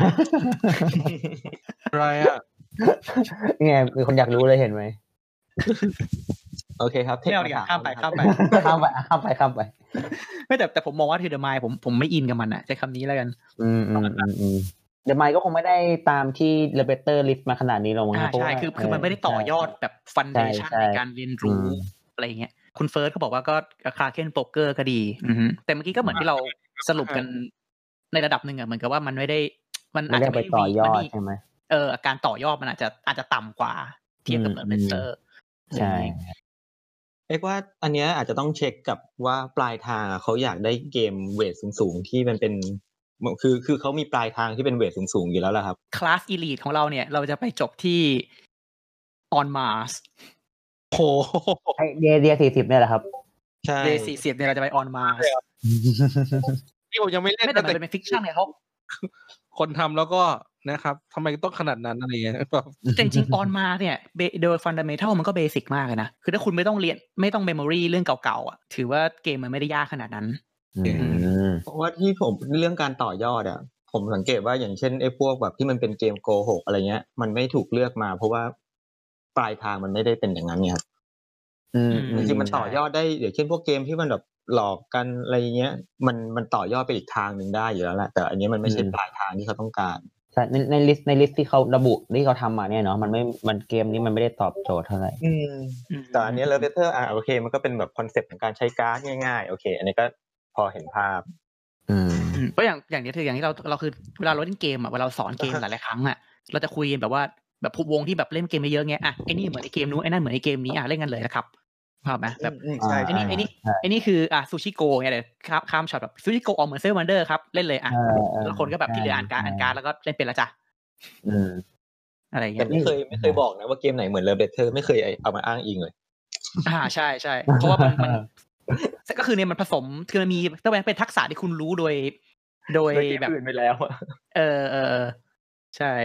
อะไรอ่ะนี่ไงมีคนอยากรู้เลยเห็นไหมโอเคครับไม่เอาดิข้ามไปข้ามไปข้ามไปข้ามไปข้ามไปไม่แต่แต่ผมมองว่าคือเดอะไมล์ผมผมไม่อินกับมันอ่ะใช้คำนี้แล้วกันอืมอืมอืมเดอะไมล์ก็คงไม่ได้ตามที่เรเบเตอร์ลิสต์มาขนาดนี้หรอกนะใช่คือคือมันไม่ได้ต่อยอดแบบฟันเดชั่นในการเรียนรู้อะไรเงี้ยคุณเฟิร์สเขาบอกว่าก็คาเคนโป๊กเกอร์ก็ดีแต่เมื่อกี้ก็เหมือนที่เราสรุปกันในระดับหนึ่งอ่ะเหมือนกับว่ามันไม่ได้มันอาจจะไม่ได้ต่อยอดใช่ไหมเออการต่อยอดมันอาจจะอาจจะต่ำกว่าเทียบกับเรเตอร์ใช่เอ็กว่าอันเนี้ยอาจจะต้องเช็คกับว่าปลายทางเขาอยากได้เกมเวทสูงๆที่มันเป็นคือคือเขามีปลายทางที่เป็นเวทสูงๆอยู่แล้วล่ะครับคลาสอีลีทของเราเนี่ยเราจะไปจบที่ on Mars โอ้ไอเดียเดียสี่สิบเนี่ยแหละครับใช่เดย์สี่สิบเนี่ยเราจะไปออนมาที่ผมยังไม่เล่นแต่มันเป็นฟิกชั่นไงเขาคนทำแล้วก็นะครับทำไมต้องขนาดนั้นอะไรเงี้ยแต่จริงๆออนมาเนี่ยโดยฟันดัมเมนทัลมันก็เบสิกมากเลยนะคือถ้าคุณไม่ต้องเรียนไม่ต้องเมมโมรีเรื่องเก่าๆอ่ะถือว่าเกมมันไม่ได้ยากขนาดนั้นเพราะว่าที่ผมเรื่องการต่อยอดอ่ะผมสังเกตว่าอย่างเช่นไอ้พวกแบบที่มันเป็นเกมโกหกอะไรเงี้ยมันไม่ถูกเลือกมาเพราะว่าปลายทางมันไม่ได้เป็นอย่างนั้นเนี่ยครับจริงๆมันต่อยอดได้อย่างเช่นพวกเกมที่มันแบบหลอกกันอะไรเงี้ยมันมันต่อยอดไปอีกทางนึงได้อยู่แล้วแหละแต่อันนี้มันไม่ใช่ปลายทางที่เขาต้องการใช่ในในลิสต์ในลิสต์ที่เขาระบุที่เขาทำมาเนี่ยเนาะมันไม่มันเกมนี้มันไม่ได้ตอบโจทย์เท่าไหร่แต่อันนี้เลเวเตอร์อ่ะโอเคมันก็เป็นแบบคอนเซ็ปต์ของการใช้การ์ดง่ายๆโอเคอันนี้ก็พอเห็นภาพอืมเพราะอย่างอย่างนี้คืออย่างที่เราเราคือเวลาเราเล่นเกมอ่ะเวลาเราสอนเกมหลายๆครั้งอ่ะเราจะคุยกันแบบว่าแบบวงที่แบบเล่นเกมเยอะๆเงี้ยอ่ะไอ้นี่เหมือนไอ้เกมนู้นไอ้นั่นเหมือนไอ้เกมนี้อ่ะเล่นกันเลยนะครับภาพไหมแบบไอ้นี่ไอ้นี่ไอ้นี่คืออ่ะซูชิโกไงเดี๋ยวข้ามข้ามช็อตแบบซูชิโกออกเหมือนเซเว่นวันเดอร์ครับเล่นเลยอ่ะแล้วคนก็แบบที่เหลืออ่านการ์ดอ่านการ์ดแล้วก็เล่นเป็นละจ้ะอะไรเงี้ยแต่ไม่เคยไม่เคยบอกนะว่าเกมไหนเหมือนเลเวเตอร์ไม่เคยเอามาอ้างอิงเลยอ่าใช่ใช่เพราะว่ามันมันก็คือเนี่ยมันผสมคือมันมีต้องเป็นทักษะที่คุณรู้โดยโดยแบบอื่นไปแล้วเออเออใช่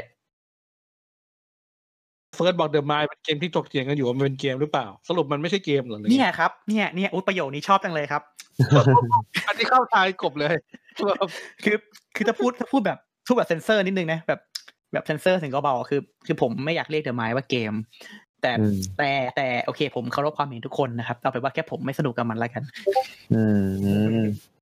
เฟิร์สบอกเดอะมายเป็นเกมที่ถกเถียงกันอยู่ว่ามันเป็นเกมหรือเปล่าสรุปมันไม่ใช่เกมหรอเนี่ยครับเนี่ยเนี่ยอุ๊ยประโยคนี้ชอบจังเลยครับอันที่เข้าทายกบเลยคือคือถ้าพูดถ้าพูดแบบพูดแบบเซนเซอร์นิดนึงนะแบบแบบเซนเซอร์ถึงก็เบาคือคือผมไม่อยากเรียกเดอะมายว่าเกมแต่แต่แต่โอเคผมเคารพความเห็นทุกคนนะครับเอาเป็นว่าแค่ผมไม่สนุกกับมันแล้วกันอืม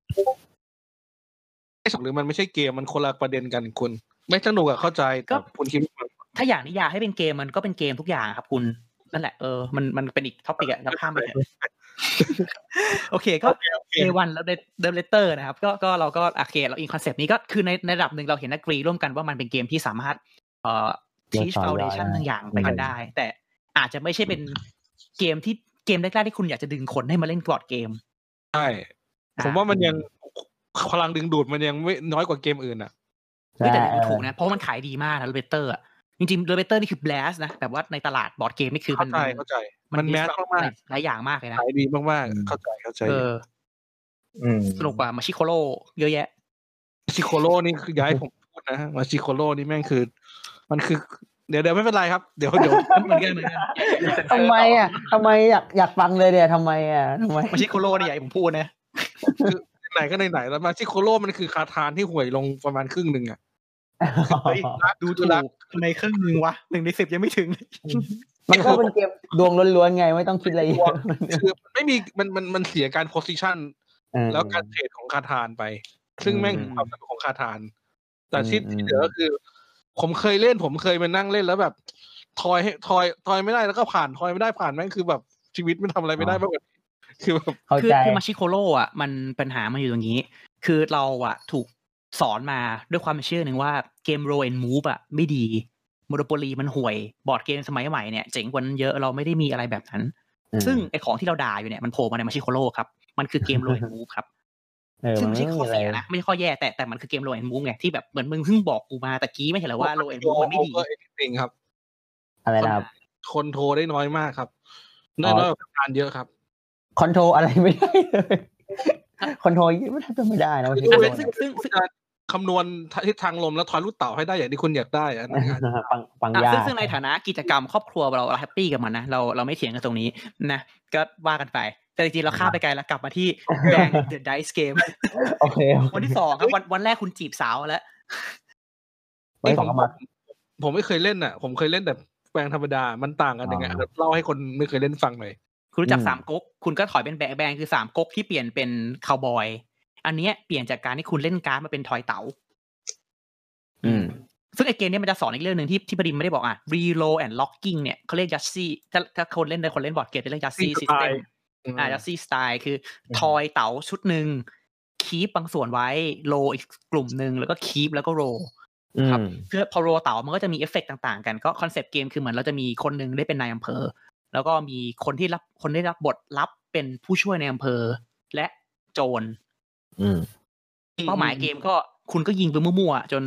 ไอ้สองหรือมันไม่ใช่เกมมันคนละประเด็นกันคุณไม่สนุกอะเข้าใจก็คุณคิดว่าถ้าอย่างนิยามให้เป็นเกมมันก็เป็นเกมทุกอย่างครับคุณนั่นแหละเออมันมันเป็นอีกท็อปิกอะเราข้ามไปเถอะโอเคก็ เอ วัน แล้วเดอะเลเตอร์นะครับก็ก็เราก็โอเคเราอินคอนเซปต์นี้ก็คือในในระดับนึงเราเห็นอกรีร่วมกันว่ามันเป็นเกมที่สามารถเอ่อ teach foundation บางอย่างไปกันได้แต่อาจจะไม่ใช่เป็นเกมที่เกมแรกๆที่คุณอยากจะดึงคนให้มาเล่นบอร์ดเกมใช่ผมว่ามันยังพลังดึงดูดมันยังไม่น้อยกว่าเกมอื่นอ่ะแต่ดูถูกนะเพราะมันขายดีมากนะเลเตอร์อ่ะจริงๆเลเตอร์นี่คือ blast นะแต่ว่าในตลาดบอร์ดเกมนี่คือมันเข้าใจเข้าใจมันแมสมากๆหลายอย่างมากเลยนะขายดีมากๆเข้าใจเข้าใจเออสนุกกว่ามาชิโคโร่เยอะแยะมาชิโคโร่นี่คือย้ายผมพูดนะมาชิโคโร่นี่แม่งคือมันคือเดี๋ยวเดี๋ยวไม่เป็นไรครับเดี๋ยวเดี๋ยวเหมือนกันเหมือนกันทำไมอ่ะทำไมอยากอยากฟังเลยเนี่ยทำไมอ่ะทำไมมาชิโคโร่นี่ใหญ่ผมพูดนะคือไหนก็ไหนๆแล้วมาชิโคโร่มันคือคาทานที่ห่วยลงประมาณครึ่งนึงอ่ะดูถูกในครึ่งนึงวะหนึ่งในสิบยังไม่ถึงมันก็เป็นเกมดวงล้วนๆไงไม่ต้องคิดอะไรเยอะคือไม่มีมันมันมันเสียการโพสิชันแล้วการเทรดของคาทานไปซึ่งแม่งความสนุกของคาทานแต่ที่ที่เหลือก็คือผมเคยเล่นผมเคยมานั่งเล่นแล้วแบบทอยให้ทอยทอยไม่ได้แล้วก็ผ่านทอยไม่ได้ผ่านแม่งคือแบบชีวิตมันทำอะไรไม่ได้มากกว่าคือแบบคือคือมาชิโคโร่อ่ะมันปัญหามันอยู่ตรงนี้คือเราอ่ะถูกสอนมาด้วยความเชื่อหนึ่งว่าเกม roll and move อ่ะไม่ดีโมโนโปลีมันห่วยบอร์ดเกมสมัยใหม่เนี่ยเจ๋งกว่านั้นเยอะเราไม่ได้มีอะไรแบบนั้นซึ่งไอของที่เราด่าอยู่เนี่ยมันโผล่มาในมาชิโคโร่ครับมันคือเกม roll and move ครับซึ่งไม่ใช่ข้อเสียนะไม่ใช่ข้อแย่แต่แต่มันคือเกม roll and move ไงที่แบบเหมือนมึงเพิ่งบอกกูมาตะกี้ไม่เห็นเหรอว่า roll and move มันไม่ดีจริงครับอะไรนะครับคนโทรได้น้อยมากครับน้อยน้อยกว่าการเยอะครับคอนโทรอะไรไม่ได้เลยคอนโทรไม่ทำไม่ได้นะซึ่งซึ่งซึ่งคำนวณทิศทางลมแล้วทอยลูกเต๋าให้ได้อย่างที่คุณอยากได้อันนั้นปังปังยาซึ่งซึ่งในฐานะกิจกรรมครอบครัวเราเราแฮปปี้กับมันนะเราเราไม่เถียงกันตรงนี้นะก็ว่ากันไปแต่จริงๆเราข้ามไปไกลแล้วกลับมาที่แดง The Dice Game โอเควันที่สองครับวันวันแรกคุณจีบสาวแล้ววันที่สองมาผมไม่เคยเล่นอ่ะผมเคยเล่นแต่แปลงธรรมดามันต่างกันยังไงเล่าให้คนไม่เคยเล่นฟังหน่อยคุณรู้จักสามก๊กคุณก็ถอยเป็นแบงแบงคือสามก๊กที่เปลี่ยนเป็นคาวบอยอันนี้เปลี่ยนจากการที่คุณเล่นการ์ดมาเป็นทอยเต๋าอืมซึ่งไอเกมนี้มันจะสอนอีกเรื่องนึงที่ที่พอดีไม่ได้บอกอ่ะ reroll and locking เนี่ยเขาเรียก Yahtzee ถ้าถ้าคนเล่นได้คนเล่นบอร์ดเกมจะเรียก Yahtzee system อ่า Yahtzee style คือทอยเต๋าชุดนึงคีปบางส่วนไว้โรอีกกลุ่มนึงแล้วก็คีปแล้วก็โรครับเพื่อพอโรเต๋ามันก็จะมีเอฟเฟคต่างๆกันก็คอนเซปต์เกมคือเหมือนเราจะมีคนนึงได้เป็นนายอำเภอแล้วก็มีคนที่รับคนได้รับบทรับเป็นผู้ช่วยในอำเภอและโจรเป้าหมายเกมก็คุณก็ยิงไปมั่วๆจน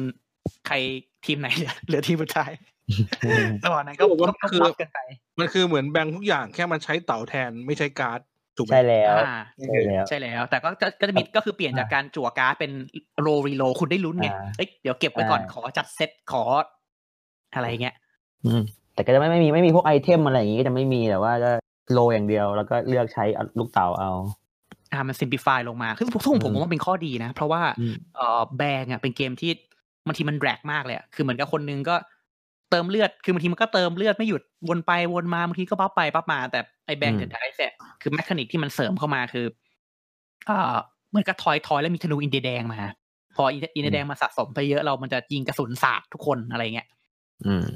ใครทีมไหนเหลือเหลือทีมสุดท้ายระหว่างนั้นก็ก็คือกันไปมันคือเหมือนแบ่งทุกอย่างแค่มันใช้เต๋าแทนไม่ใช้การ์ดถูกไหมใช่แล้วใช่แล้วใช่แล้วแต่ก็ก็จะมีก็คือเปลี่ยนจากการจั่วการ์ดเป็นโรรีโลคุณได้ลุ้นไงเอ้ยเดี๋ยวเก็บไว้ก่อนขอจัดเซตขออะไรเงี้ยแต่ก็จะไม่ไม่มีไม่มีพวกไอเทมอะไรอย่างงี้ก็จะไม่มีแต่ว่าก็โลอย่างเดียวแล้วก็เลือกใช้ลูกเต๋าเอาอ่ามันซิมพลิฟายลงมาคือทุกๆผมว่าเป็นข้อดีนะเพราะว่าเอ่อแบงอ่ะเป็นเกมที่บางทีมันแดรกมากเลยอ่ะคือเหมือนกับคนนึงก็เติมเลือดคือบางทีมันก็เติมเลือดไม่หยุดวนไปวนมาบางทีก็ปั๊บไปปั๊บมาแต่ไอ้แบงเดอะไดส์เนี่ยคือแมคานิกที่มันเสริมเข้ามาคืออ่าเหมือนกับทอยทอยแล้วมีธนูอินเดียแดงมาพออินเดียแดงมาสะสมไปเยอะเรามันจะยิงกระสุนสาดทุกคนอะไรเงี้ยอืม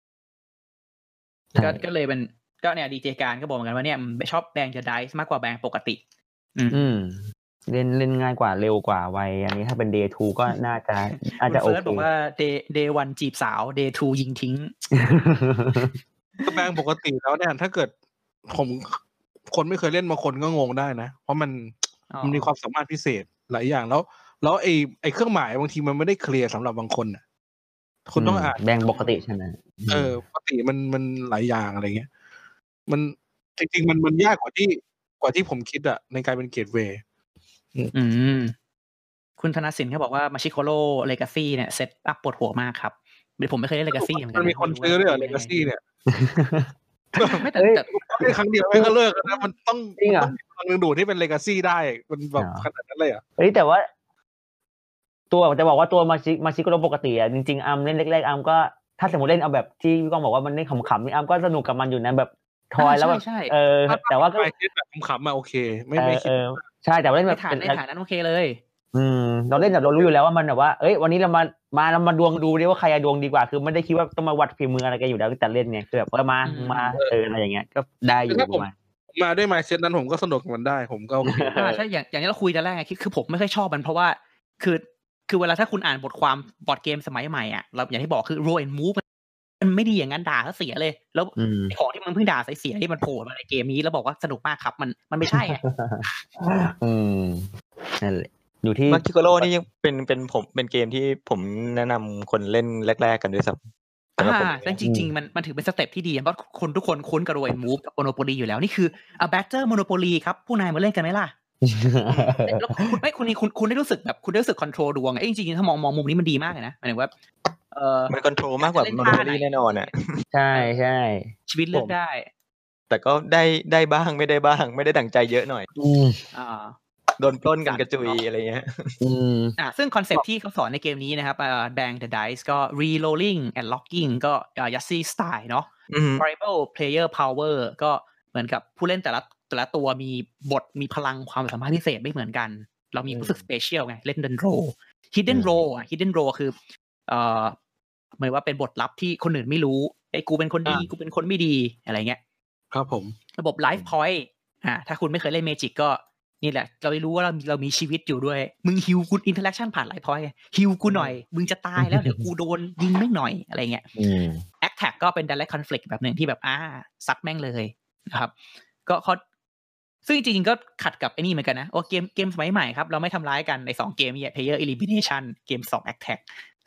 ก็ก็เลยเป็นก็เนี่ยดีเจการก็บอกเหมือนกันว่าเนี่ยชอบแบงเดอะไดส์มากกว่าแบงปกติอืมเล่นเล่นง่ายกว่าเร็วกว่าไวอันนี้ถ้าเป็น day ทูก็น่าจะน่าจะโอเคบอกว่า day day วันจีบสาว day ทูยิงทิ้งก็แบงปกติแล้วเนี่ยถ้าเกิดผมคนไม่เคยเล่นบางคนก็งงได้นะเพราะมันมันมีความสามารถพิเศษหลายอย่างแล้วแล้วไอ้ไอ้เครื่องหมายบางทีมันไม่ได้เคลียร์สำหรับบางคนน่ะคุณต้องอ่านแบงปกติใช่ไหมเออปกติมันมันหลายอย่างอะไรเงี้ยมันจริงๆมันมันยากกว่าที่กว่าที่ผมคิดอะในการเป็นเกตเวย์อืมคุณธนสินเขาบอกว่ามาชิโคโร่เลกาซี่เนี่ยเซตอัพปวดหัวมากครับเดี๋ยวผมไม่เคยเล่นเลกาซี่เหมือนกันมันมีคนซื้อด้วยเหรอเลกาซี่เนี่ยไม่แต่แต่ครั้งเดียวไม่ก็เลิกนะมันต้องต้องครั้งนึงดูที่เป็นเลกาซี่ได้มันแบบขนาดนั้นเลยอ่ะเฮ้ยแต่ว่าตัวจะบอกว่าตัวมาชิมาชิโคโร่ปกติอ่ะจริงๆอัมเล่นแรกๆอัมก็ถ้าสมมติเล่นเอาแบบที่พี่ก้องบอกว่ามันเล่นขำๆนี่อัมก็สนุกกับมันอยู่นะแบบทอยแล้วแบบเออแต่ว่าก็แบบขำๆมาโอเคไม่ไม่คิดใช่แต่ว่าเล่นแบบในฐานนั้นโอเคเลยอืมเราเล่นแบบเรารู้อยู่แล้วว่ามันแบบว่าเอ้ยวันนี้เรามามาเรามาดวงดูดิว่าใครดวงดีกว่าคือไม่ได้คิดว่าต้องมาวัดฝีมืออะไรกันอยู่แล้วแต่เล่นไงคือแบบว่ามามาเอออะไรอย่างเงี้ยก็ได้อยู่ประมาณมาด้วย mindset นั้นผมก็สนุกกับมันได้ผมก็โอเคใช่อย่างอย่างที่เราคุยแต่แรกไงคือผมไม่ค่อยชอบมันเพราะว่าคือคือเวลาถ้าคุณอ่านบทความบอร์ดเกมสมัยใหม่อ่ะเราอย่างที่บอกคือ roll and move มันไม่ดีอย่างนั้นด่าซะเสียเลยแล้วของที่มันเพิ่งด่าใส่เสียที่มันโผล่มาในเกมนี้แล้วบอกว่าสนุกมากครับมันมันไม่ใช่ไงอืมนั่นแหละอยู่ที่มาคิโกโร่นี่ยังเป็นเป็นผมเป็นเกมที่ผมแนะนำคนเล่นแรกๆกันด้วยซ้ำอ่าแต่จริงๆมันมันถือเป็นสเต็ปที่ดีเพราะคนทุกคนคุ้นกับโรยมูฟกับโมโนโปลีอยู่แล้วนี่คืออะแบตเตอร์โมโนโปลีครับผู้นายมาเล่นกันไหมล่ะแล้วคุณไม่คุณคุณคุณได้รู้สึกแบบคุณได้รู้สึกคอนโทรลดวงไอ้จริงๆถ้ามองมองมุมนี้มันดีมากเลยนะหมายถึงว่าเออมันคอนโทรลมากกว่าโมโนโปลีแน่นอนอ่ะใช่ใช่ชีวิตเลือกได้แต่ก็ได้ได้บ้างไม่ได้บ้างไม่ได้ดั่งใจเยอะหน่อยอืมอ่าโดนปล้นกันกระจุยอะไรเงี้ยอืมอ่าซึ่งคอนเซ็ปต์ที่เขาสอนในเกมนี้นะครับอ่า Bang the Dice ก็ Re-rolling and Locking ก็อ่า Yahtzee Style เนาะ Variable Player Power ก็เหมือนกับผู้เล่นแต่ละแต่ละตัวมีบทมีพลังความสามารถพิเศษไม่เหมือนกันเรามีรู้สึก Special ไง Hidden Role Hidden Role อ่ะ Hidden Role คือเอ่อหมายว่าเป็นบทลับที่คนอื่นไม่รู้ไอ้กูเป็นคนดีกูเป็นคนไม่ดีอะไรเงี้ยครับผมระบบ Life Point อ่าถ้าคุณไม่เคยเล่น Magic ก็นี่แหละเราได้รู้ว่าเราเรามีชีวิตอยู่ด้วยมึงฮิวกูอินเทอร์แอคชั่นผ่านไลฟ์พอยต์ฮิวกูหน่อยมึงจะตายแล้วเดี๋ยวกูโดนยิงไม่หน่อยอะไรเงี้ยแอคแท็กก็เป็น direct conflict แบบนึงที่แบบอ่าซัดแม่งเลยนะครับก็เขาซึ่งจริงๆก็ขัดกับไอ้นี่เหมือนกันนะโอ้เกมเกมสมัยใหม่ครับเราไม่ทำร้ายกันในสองเกมนี้ player elimination เกมสอง attack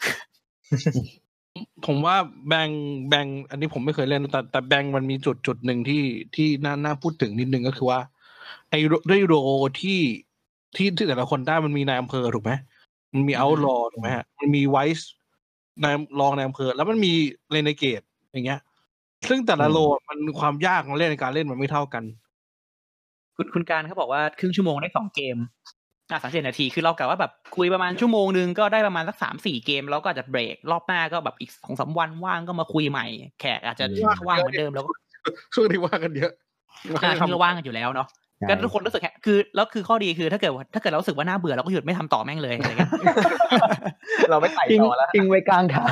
ผมว่าแบงแบงอันนี้ผมไม่เคยเล่นแต่แต่แบงมันมีจุดจุดหนึ่งที่ที่น่าน่าพูดถึงนิดนึงก็คือว่าไอ้ด้วยโรที่ที่ที่แต่ละคนได้มันมีนายอำเภอถูกไหมมันมีเอาท์ลอว์ถูกไหมฮะมันมีไวส์นายรองนายอำเภอแล้วมันมีเรเนเกตอย่างเงี้ยซึ่งแต่ละโรมันความยากของเล่นในการเล่นมันไม่เท่ากันคุณคุณการเขาบอกว่าครึ่งชั่วโมงได้สองเกมอ่ะสามสิบนาทีคือเรากะว่าแบบคุยประมาณชั่วโมงนึงก็ได้ประมาณสัก สามสี่ เกมแล้วก็อาจจะเบรกรอบหน้าก็แบบอีก สองสาม วันว่างก็มาคุยใหม่แขกอาจจะว่างเหมือนเดิมแล้วก็ช่วงนี้ว่างกันเยอะอ่าที่เราว่างกันอยู่แล้วเนาะก็ทุกคนรู้สึกแค่คือแล้วคือข้อดีคือถ้าเกิดถ้าเกิดเรารู้สึกว่าน่าเบื่อเราก็หยุดไม่ทำต่อแม่งเลยอะไรเงี้ยเราไม่ไต่ต่อแล้วทิ้งไว้กลางทาง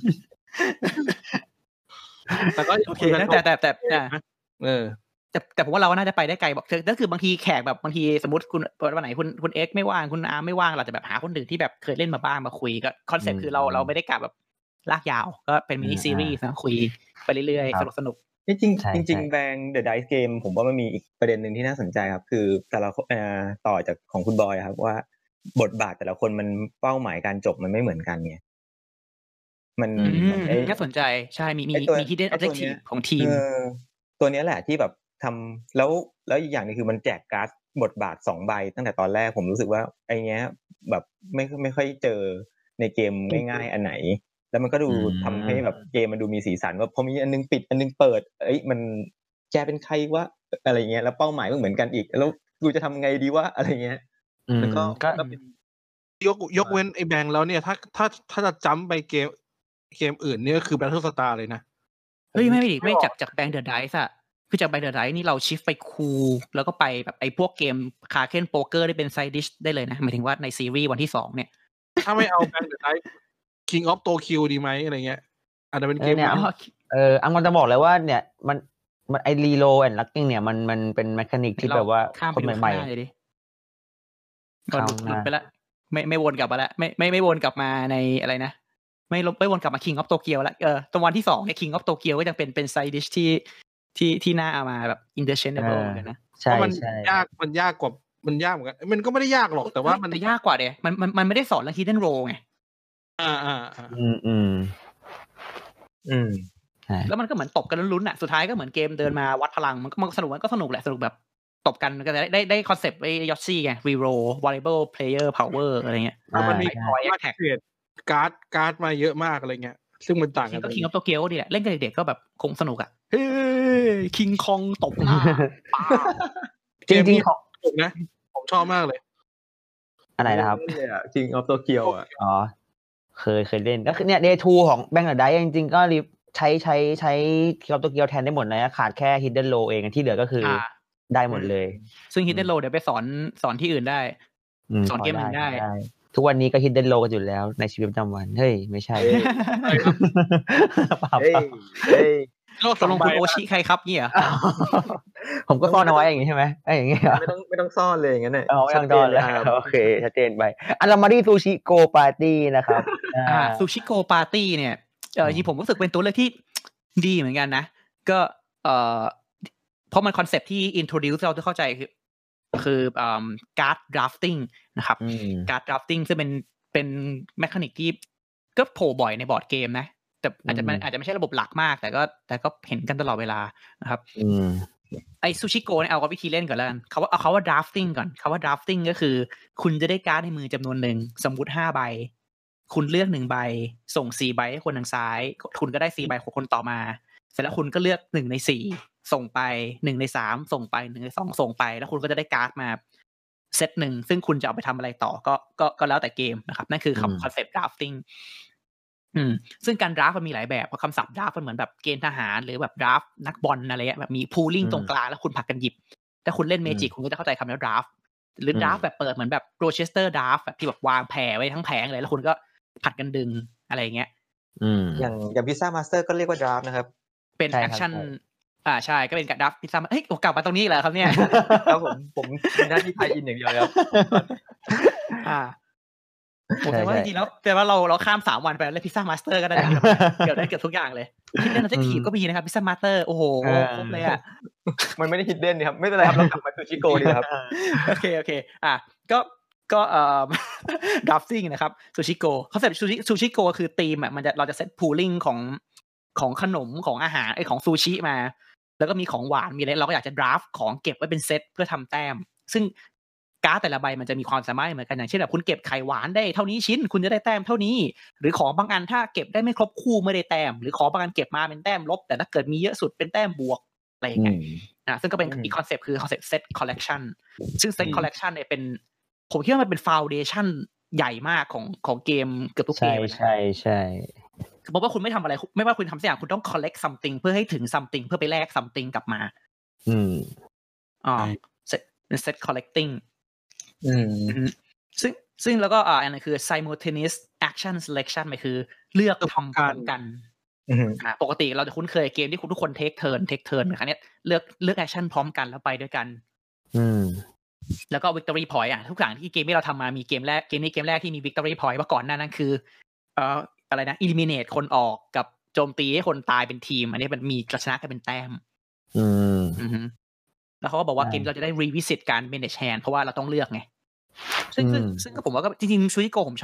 แต่ก็โอเคนะแต่แต่แต่เออแต่แต่ผมว่าเราน่าจะไปได้ไกลบอกก็คือบางทีแขกแบบบางทีสมมติคุณวันไหนคุณคุณเอ็กไม่ว่างคุณอาร์ไม่ว่างเราจะแบบหาคนอื่นที่แบบเคยเล่นมาบ้างมาคุยก็คอนเซ็ปต์คือเราเราไม่ได้กะแบบลากยาวก็เป็นมินิซีรีส์นะคุยไปเรื่อยๆสนุกสนุกจริงจริงจริงแบงเดอะไดส์เกมผมว่ามันมีอีกประเด็นหนึ่งที่น่าสนใจครับคือแต่ละเอ่อต่อจากของคุณบอยครับว่าบทบาทแต่ละคนมันเป้าหมายการจบมันไม่เหมือนกันไงมันน่าสนใจใช่มีมีมี hidden objective ของทีมตัวนี้แหละที่แบบทำแล้วแล้วอีกอย่างนึงคือมันแจกการ์ดบทบาทสองใบตั้งแต่ตอนแรกผมรู้สึกว่าไอ้เนี้ยแบบไม่ไม่ค่อยเจอในเกมง่ายๆอันไหนแล้วมันก็ดูทำให้แบบเกมมันดูมีสีสันว่าพอมีอันนึงปิดอันนึงเปิดเอ้ยมันแกเป็นใครวะอะไรเงี้ยแล้วเป้าหมายก็เหมือนกันอีกแล้วกูจะทำไงดีวะอะไรเงี้ยแล้วก็ก็เป็นยกยกเว้นไอ้แบงค์แล้วเนี่ยถ้าถ้าถ้าจะจัมป์ไปเกมเกมอื่นนี่ก็คือ Battlestar เลยนะเฮ้ยไม่ไม่ดิไม่จากจาก Bang the Dice อ่ะคือจาก Bang the Dice นี่เราชิฟไปคูแล้วก็ไปแบบไอ้พวกเกมคาเคนโป๊กเกอร์ได้เป็นไซด์ดิชได้เลยนะหมายถึงว่าในซีรีส์วันที่สองเนี่ยถ้าไม่เอา Bang the Dice King of Tokyo ดีไหมอะไรเงี้ยอาจจะเป็นเกมเนี่ยเอออังกฤษจะบอกเลยว่าเนี่ยมันมันไอ้รีโลแอนด์ลักกิ้งเนี่ยมันมันเป็นแมคานิกที่แบบว่าคนใหม่ๆเลยดิก็หลุดหลุดไปละไม่ไม่วนกลับมาละไม่ไม่ไม่วนกลับมาในอะไรนะไม่ลบไม่วนกลับมา King of Tokyo ละเออตรงวันที่สองเนี่ย King of Tokyo ก็ยังเป็นเป็นไซด์ดิชที่ที่ที่น่าเอามาแบบ interchangeable เหมือนกันนะใช่มันยากมันยากกว่ามันยากเหมือนกันมันก็ไม่ได้ยากหรอกแต่ว่ามันยากกว่าเด้มันมันมันไม่ได้สอนเรื่อง hidden role ไงอ่าอ่าอืมอืมอืมแล้วมันก็เหมือนตบกันลุ้นๆอ่ะสุดท้ายก็เหมือนเกมเดินมาวัดพลังมันก็มันสนุกมันก็สนุกแหละสนุกแบบตบกันก็ได้ได้ได้คอนเซปต์ไอ้ยอชซี่ไง reroll variable player power อะไรเงี้ยมันมีคอยแท็กการ์ดการ์ดมาเยอะมากอะไรเงี้ยซึ่งมันต่างกันก็ King of Tokyo นี่แหละเล่นกับเด็กๆก็แบบคงสนุกอ่ะเฮ้ย King Kong ตบหน้าป้าจริงๆของสนุกนะผมชอบมากเลยอะไรนะครับ King of Tokyo อ่ะอ๋อเคยเคยเล่นก็คือเนี่ย Day ทูของ Bang the Dice จริงๆก็ใช้ใช้ใช้ King of Tokyo แทนได้หมดเลยนะขาดแค่ Hidden Role เองที่เหลือก็คือได้หมดเลยซึ่ง Hidden Role เดี๋ยวไปสอนสอนที่อื่นได้สอนเกมอื่นได้ทุกวันนี้ก็ Hidden Role กันอยู่แล้วในชีวิตประจำวันเฮ้ยไม่ใช่เฮ้ยเฮ้ยตกลงคุณโอชิใครครับเนี่ยผมก็ซ่อนเอาไว้อย่างงี้ใช่ไหมไอ้อย่างงี้ไม่ต้องไม่ต้องซ่อนเลยอย่างนั้นน่ะอ๋อไม่ต้องซ่อนเลยโอเคชัดเจนไปอ่ะเรามาที่ซูชิโกปาร์ตี้นะครับอ่าซูชิโกปาร์ตี้เนี่ยเออจริงผมรู้สึกเป็นตัวเลือกที่ดีเหมือนกันนะก็เอ่อเพราะมันคอนเซ็ปต์ที่ introduce เราจะเข้าใจคือคืออ่าการ์ดดราฟติ้งนะครับการ์ดดราฟติ้งซึ่งเป็นเป็นแมคานิกที่ก็โผล่บ่อยในบอร์ดเกมนะแต่อาจจะมันอาจจะไม่ใช่ระบบหลักมากแต่ก็แต่ก็เห็นกันตลอดเวลานะครับไอซูชิโกเนี่ยเอาวิธีเล่นก่อนแล้วกันเขาว่าเอาเขาว่า drafting ก่อนเขาว่า drafting ก็คือคุณจะได้การ์ดในมือจำนวนหนึ่งสมมุติห้าใบคุณเลือกหนึ่งใบส่งสี่ใบให้คนทางซ้ายคุณก็ได้สี่ใบของคนต่อมาเสร็จแล้วคุณก็เลือกหนึ่งในสี่ส่งไปหนึ่งในสามส่งไปหนึ่งในสองส่งไปแล้วคุณก็จะได้การ์ดมาเซตหนึ่งซึ่งคุณจะเอาไปทำอะไรต่อก็ก็ก็แล้วแต่เกมนะครับนั่นคือคอนเซ็ปต์ draftingอืมซึ่งการดราฟมันมีหลายแบบเพราะคำศัพท์ดราฟมันเหมือนแบบเกณฑ์ทหารหรือแบบดราฟนักบอลอะไรเงี้ยแบบมีพูลลิ่งตรงกลางแล้วคุณผลักกันหยิบถ้าคุณเล่นเมจิกคุณก็จะเข้าใจคำนี้ดราฟหรือดราฟแบบเปิดเหมือนแบบโรเชสเตอร์ดราฟแบบที่แบบวางแผ่ไว้ทั้งแผงเลยแล้วคุณก็ผัดกันดึงอะไรเงี้ยอย่างอย่างพิซซ่ามาสเตอร์ก็เรียกว่าดราฟนะครับเป็นแอคชั่นอ่าใช่ก็เป็นการดราฟพิซซ่าเฮ้ยกลับมาตรงนี้เหรอครับเนี่ยครับผมผมเป็นหน้าที่ไทยอินอย่างเดียวครับอ่าผมแต่ว่าจริงๆแล้วแต่ว่าเราเราข้ามสามวันไปแล้วพิซซ่ามาสเตอร์ก็ได้เกือบได้เกือบทุกอย่างเลยฮิดเด้นออบเจคทีฟก็มีนะครับพิซซ่ามาสเตอร์โอ้โหครบเลยอ่ะมันไม่ได้ฮิดเด้นครับไม่เป็นไรครับเรากลับมาซูชิโกดีครับโอเคโอเคอ่ะก็ก็เอ่อดราฟติ้งนะครับซูชิโกคอนเซ็ปต์ซูชิซูชิโกคือธีมอ่ะมันจะเราจะเซตพูลลิ่งของของขนมของอาหารไอ้ของซูชิมาแล้วก็มีของหวานมีอะไรเราก็อยากจะดราฟของเก็บไว้เป็นเซตเพื่อทำแต้มซึ่งการ์ดแต่ละใบมันจะมีความสามารถเหมือนกันอย่างเช่นแบบคุณเก็บไข่หวานได้เท่านี้ชิ้นคุณจะได้แต้มเท่านี้หรือของบางอันถ้าเก็บได้ไม่ครบคู่ไม่ได้แต้มหรือของบางอันเก็บมาเป็นแต้มลบแต่ถ้าเกิดมีเยอะสุดเป็นแต้มบวกอะไรอย่างเงี้ยนะซึ่งก็เป็นอีกคอนเซปต์คือคอนเซปต์เซตคอลเลกชันซึ่งเซตคอลเลกชันเนี่ยเป็นผมคิดว่ามันเป็นฟาวเดชั่นใหญ่มากของของเกมเกือบทุกเกมใช่ใช่เพราะว่าคุณไม่ทำอะไรไม่ว่าคุณทำสักอย่างคุณต้อง collect something เพื่อให้ถึง something เพื่อไปแลก something กลับมาอืมอ๋อเป็น set collecting อืมซึ่งซึ่งแล้วก็อ่าอันนั้นคือ simultaneous action selection หมายคือเลือกทำพร้อมกันอ่าปกติเราจะคุ้นเคยเกมที่คุณทุกคน take turn take turn ครั้งนี้เลือกเลือก action พร้อมกันแล้วไปด้วยกันอืมแล้วก็ victory point อ่ะทุกอย่างที่เกมที่เราทำมามีเกมแรกเกมนี้เกมแรกที่มี victory point ว่าก่อนหน้านั้นคือเอ่ออะไรนะ eliminate คนออกกับโจมตีให้คนตายเป็นทีมอันนี้มันมีกระชนะกันเป็นแต้มอืมอือแล้วเขาก็บอกว่าเกมเราจะได้ revisit การ manage hand เพราะว่าเราต้องเลือกไงซึ่งซึ่งซึ่งก็ผมว่าก็จริงๆชูริโกผมชอบ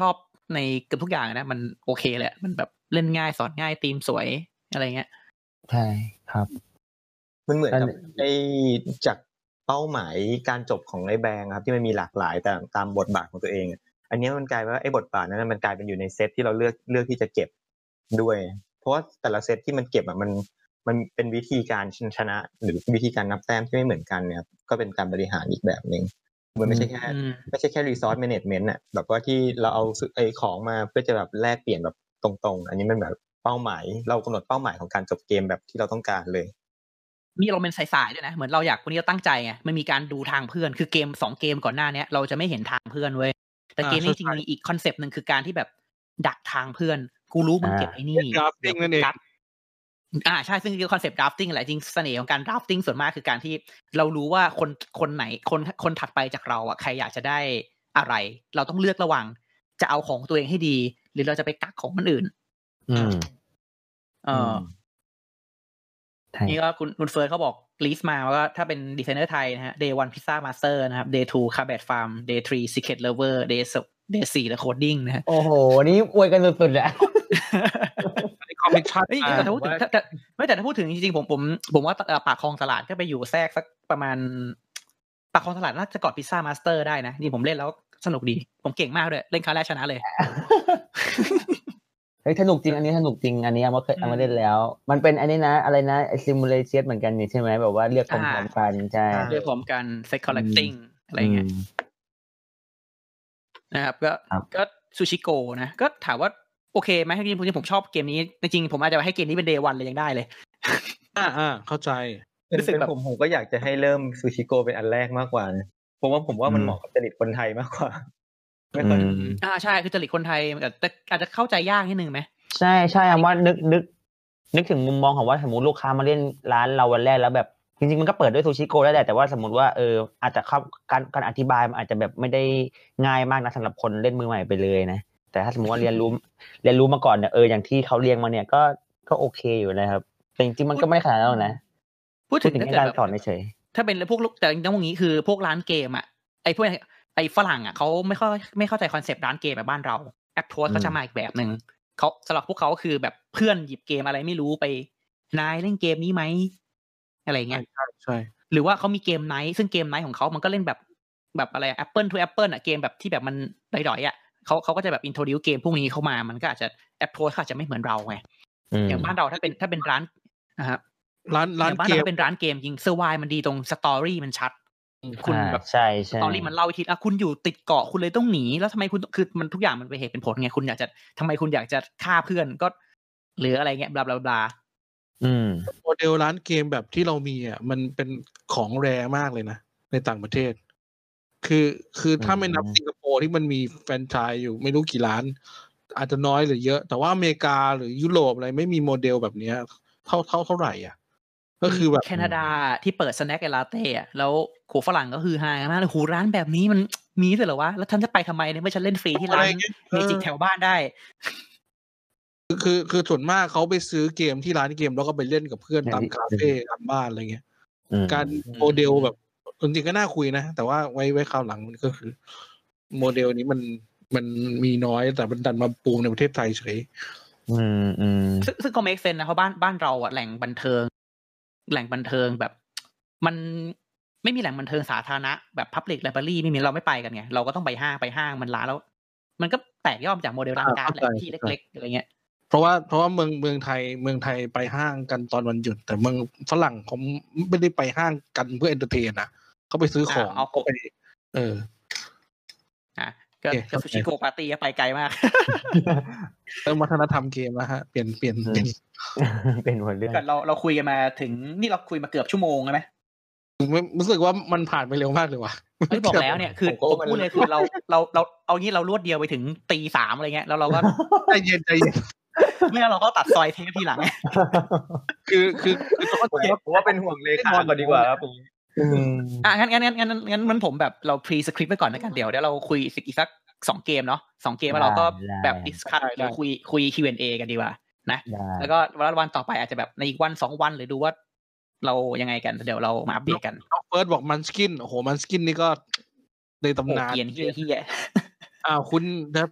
ในเกือบทุกอย่างนะมันโอเคแหละมันแบบเล่นง่ายสอนง่ายธีมสวยอะไรเงี้ยใช่ครับมันเหมือนกับไอ้จากเป้าหมายการจบของไอ้แบงค์ครับที่มันมีหลากหลายแต่ตามบทบาทของตัวเองอันนี้มันกลายว่าไอ้บทบาทนั้นมันกลายเป็นอยู่ในเซตที่เราเลือกเลือกที่จะเก็บด้วยเพราะว่าแต่ละเซตที่มันเก็บอ่ะมันมันเป็นวิธีการชนะหรือวิธีการนับแต้มที่ไม่เหมือนกันเนี่ยก็เป็นการบริหารอีกแบบนึงมันไม่ใช่แค่ไม่ใช่แค่ resource management น่ะแบบว่าที่เราเอาไอ้ของมาเพื่อจะแบบแลกเปลี่ยนแบบตรงๆอันนี้มันแบบเป้าหมายเรากำหนดเป้าหมายของการจบเกมแบบที่เราต้องการเลยมีเราเป็นสายๆด้วยนะเหมือนเราอยากวันนี้เราตั้งใจไงมันมีการดูทางเพื่อนคือเกมสองเกมก่อนหน้านี้เราจะไม่เห็นทางเพื่อนเว้ยแต่เกมนี้จริงๆมีอีกคอนเซปต์นึงคือการที่แบบดักทางเพื่อนกูรู้มึงเก็บไอ้นี่ drafting นั่นเองอ่าใช่ซึ่งคือคอนเซปต์ drafting แหละจริงเสน่ห์ของการ drafting ส่วนมากคือการที่เรารู้ว่าคนคนไหนคนคนถัดไปจากเราอ่ะใครอยากจะได้อะไรเราต้องเลือกระหว่างจะเอาของตัวเองให้ดีหรือเราจะไปกักของคนอื่นอืมเออนี่ก็คุณคุณเฟิร์สเขาบอกลิสต์มาว่าถ้าเป็นดีไซเนอร์ไทยนะฮะ day one pizza master นะครับ day two combat farm day three secret lover day day four the coding นะฮะโอ้โหนี่อวยกันสุดๆแหละคอมมิชชั่นแต่ถ้าพูดถึงแต่ไม่แต่ถ้าพูดถึงจริงๆผมผมผมว่าปากคลองตลาดก็ไปอยู่แทรกสักประมาณปากคลองตลาดน่าจะกอดพิซซ่ามาสเตอร์ได้นะนี่ผมเล่นแล้วสนุกดีผมเก่งมากด้วยเล่นครั้งแรกชนะเลยเฮ้ยสนุกจริงอันนี้สนุกจริงอันนี้เอามาเคยเอามาเล่นแล้วมันเป็นอันนี้นะอะไรนะซิมูเลชันเหมือนกันนี่ใช่ไหมแบบว่าเลือกพร้อมๆกันใช่เลือกพร้อมกันเซ็ตคอลเลกติ้งอะไรเงี้ยนะครับก็ก็ซูชิโกนะก็ถามว่าโอเคไหมจริงๆผมชอบเกมนี้จริงๆผมอาจจะให้เกมนี้เป็น day one เลยยังได้เลยอ่าอ่าเข้าใจรู้สึกแบบผมผมก็อยากจะให้เริ่มซูชิโกเป็นอันแรกมากกว่าเพราะว่าผมว่ามันเหมาะกับจริตคนไทยมากกว่าไม่ค่อยอ่าใช่คือจริตคนไทยแต่อาจจะเข้าใจยากนิดนึงไหมใช่ใช่คำว่านึกนึกนึกถึงมุมมองของว่าสมมติลูกค้ามาเล่นร้านเราวันแรกแล้วแบบจริงๆมันก็เปิดด้วยซูชิโกได้แหละแต่ว่าสมมติว่าเอออาจจะครับการการอธิบายมันอาจจะแบบไม่ได้ง่ายมากนะสำหรับคนเล่นมือใหม่ไปเลยนะแต่ถ้าสมมติว่าเรียนรู้เรียนรู้มาก่อนเนี่ยเอออย่างที่เขาเรียงมาเนี่ยก็ก็โอเคอยู่นะครับแต่จริงๆมันก็ไม่ขนาดนั้นนะพูดถึงการสอนเฉยถ้าเป็นพวกแต่จริงๆพวกนี้คือพวกร้านเกมอ่ะไอ้พวกไอ้ฝรั่งอ่ะเขาไม่ค่อยไม่เข้าใจคอนเซปต์ร้านเกมแบบบ้านเราแอปโทสเขาจะมาอีกแบบนึงเขาสำหรับพวกเขาคือแบบเพื่อนหยิบเกมอะไรไม่รู้ไปนายเล่นเกมนี้ไหมอะไรเงี้ยใช่ใช่หรือว่าเขามีเกมไนท์ซึ่งเกมไนท์ของเขามันก็เล่นแบบแบบอะไร Apple to Apple อ่ะเกมแบบที่แบบมันดอยๆอ่ะเขาเขาก็จะแบบอินโทรดิวเกมพวกนี้เข้ามามันก็อาจจะแอปโทสอาจจะไม่เหมือนเราไงอย่างบ้านเราถ้าเป็นถ้าเป็นร้านนะครับร้านร้านเกมเป็นร้านเกมจริงเซอร์ไวมันดีตรงสตอรี่มันชัดคุณแบบใช่ใช่สตอรี่มันเล่าวิธีอ่ะคุณอยู่ติดเกาะคุณเลยต้องหนีแล้วทำไมคุณคือมันทุกอย่างมันเป็นเหตุเป็นผลไงคุณอยากจะทำไมคุณอยากจะฆ่าเพื่อนก็หรืออะไรเงี้ยบลาบลาบลาอืมโมเดลร้านเกมแบบที่เรามีอ่ะมันเป็นของแรร์มากเลยนะในต่างประเทศคือคือถ้าไม่นับสิงคโปร์ที่มันมีแฟรนไชส์อยู่ไม่รู้กี่ล้านอาจจะน้อยหรือเยอะแต่ว่าอเมริกาหรือยุโรปอะไรไม่มีโมเดลแบบนี้เท่าเท่าเท่าไหร่อ่ะก็คือแบบแคนาดาที่เปิดสแน็คไอลาเต้อะแล้วโหฝรั่งก็คือฮามากเลยโหร้านแบบนี้มันมีด้วยเหรอวะแล้วท่านจะไปทำไมเนี่ยไม่ฉันเล่นฟรีที่ร้านเมจิกแถวบ้านได้คือคือส่วนมากเขาไปซื้อเกมที่ร้านเกมแล้วก็ไปเล่นกับเพื่อนตามคาเฟ่ตามบ้านอะไรเงี้ยการโมเดลแบบจริงๆก็น่าคุยนะแต่ว่าไว้ไว้คราวหลังก็คือโมเดลนี้มันมันมีน้อยแต่มันดันมาปูในประเทศไทยเฉยอืมอืมซึ่งซึ่งก็เมคเซนส์นะเพราะบ้านบ้านเราอะแหล่งบันเทิงแหล่งบันเทิงแบบมันไม่มีแหล่งบันเทิงสาธารณะแบบ public library ไม่มีเราไม่ไปกันไงเราก็ต้องไปห้างไปห้างมันล้าแล้วมันก็แตกย่อมจากโมเดลร้านการ์ดแหละที่เล็กๆอะไรเงี้ยเพราะว่าเพราะว่าเมืองเมืองไทยเมืองไทยไปห้างกันตอนวันหยุดแต่เมืองฝรั่งเขาไม่ได้ไปห้างกันเพื่อเอนเตอร์เทนนะเขาไปซื้อของเอาไปเอออ่ะก็ซูชิโกปาร์ตี้ไปไกลมากเริ่มวัฒนธรรมเกมแล้วฮะเปลี่ยนเปลี่ยนเปลี่ยนเป็นหัวเรื่องเราเราคุยกันมาถึงนี่เราคุยมาเกือบชั่วโมงใช่ไหมรู้สึกว่ามันผ่านไปเร็วมากเลยว่ะไม่บอกแล้วเนี่ยคือผมพูดเลยคือเราเราเราเอางี้เรารวดเดียวไปถึงตีสามอะไรเงี้ยแล้วเราก็ใจเย็นใจเย็นไม่งั้นเราก็ตัดซอยเทปทีหลังคือคือผมว่าเป็นห่วงเลขาก่อนดีกว่าครับอ่ะงั้นงั้นงั้นงั้นงั้นมันผมแบบเราพรีสคริปต์ไว้ก่อนนะกันเดี๋ยวเดี๋ยวเราคุยอีกสักสองเกมเนาะสองเกมแล้วเราก็แบบดิสคัสหรือคุยคุย คิว แอนด์ เอ กันดีกว่านะแล้วก็วันวันต่อไปอาจจะแบบในอีกวันสองวันหรือดูว่าเรายังไงกันเดี๋ยวเรามาอัปเดตกันเฟิร์สบอกมันสกินโอ้โหมันสกินนี่ก็ในตำนานเกียนเฮียอ้าวคุณเดี๋ยวไป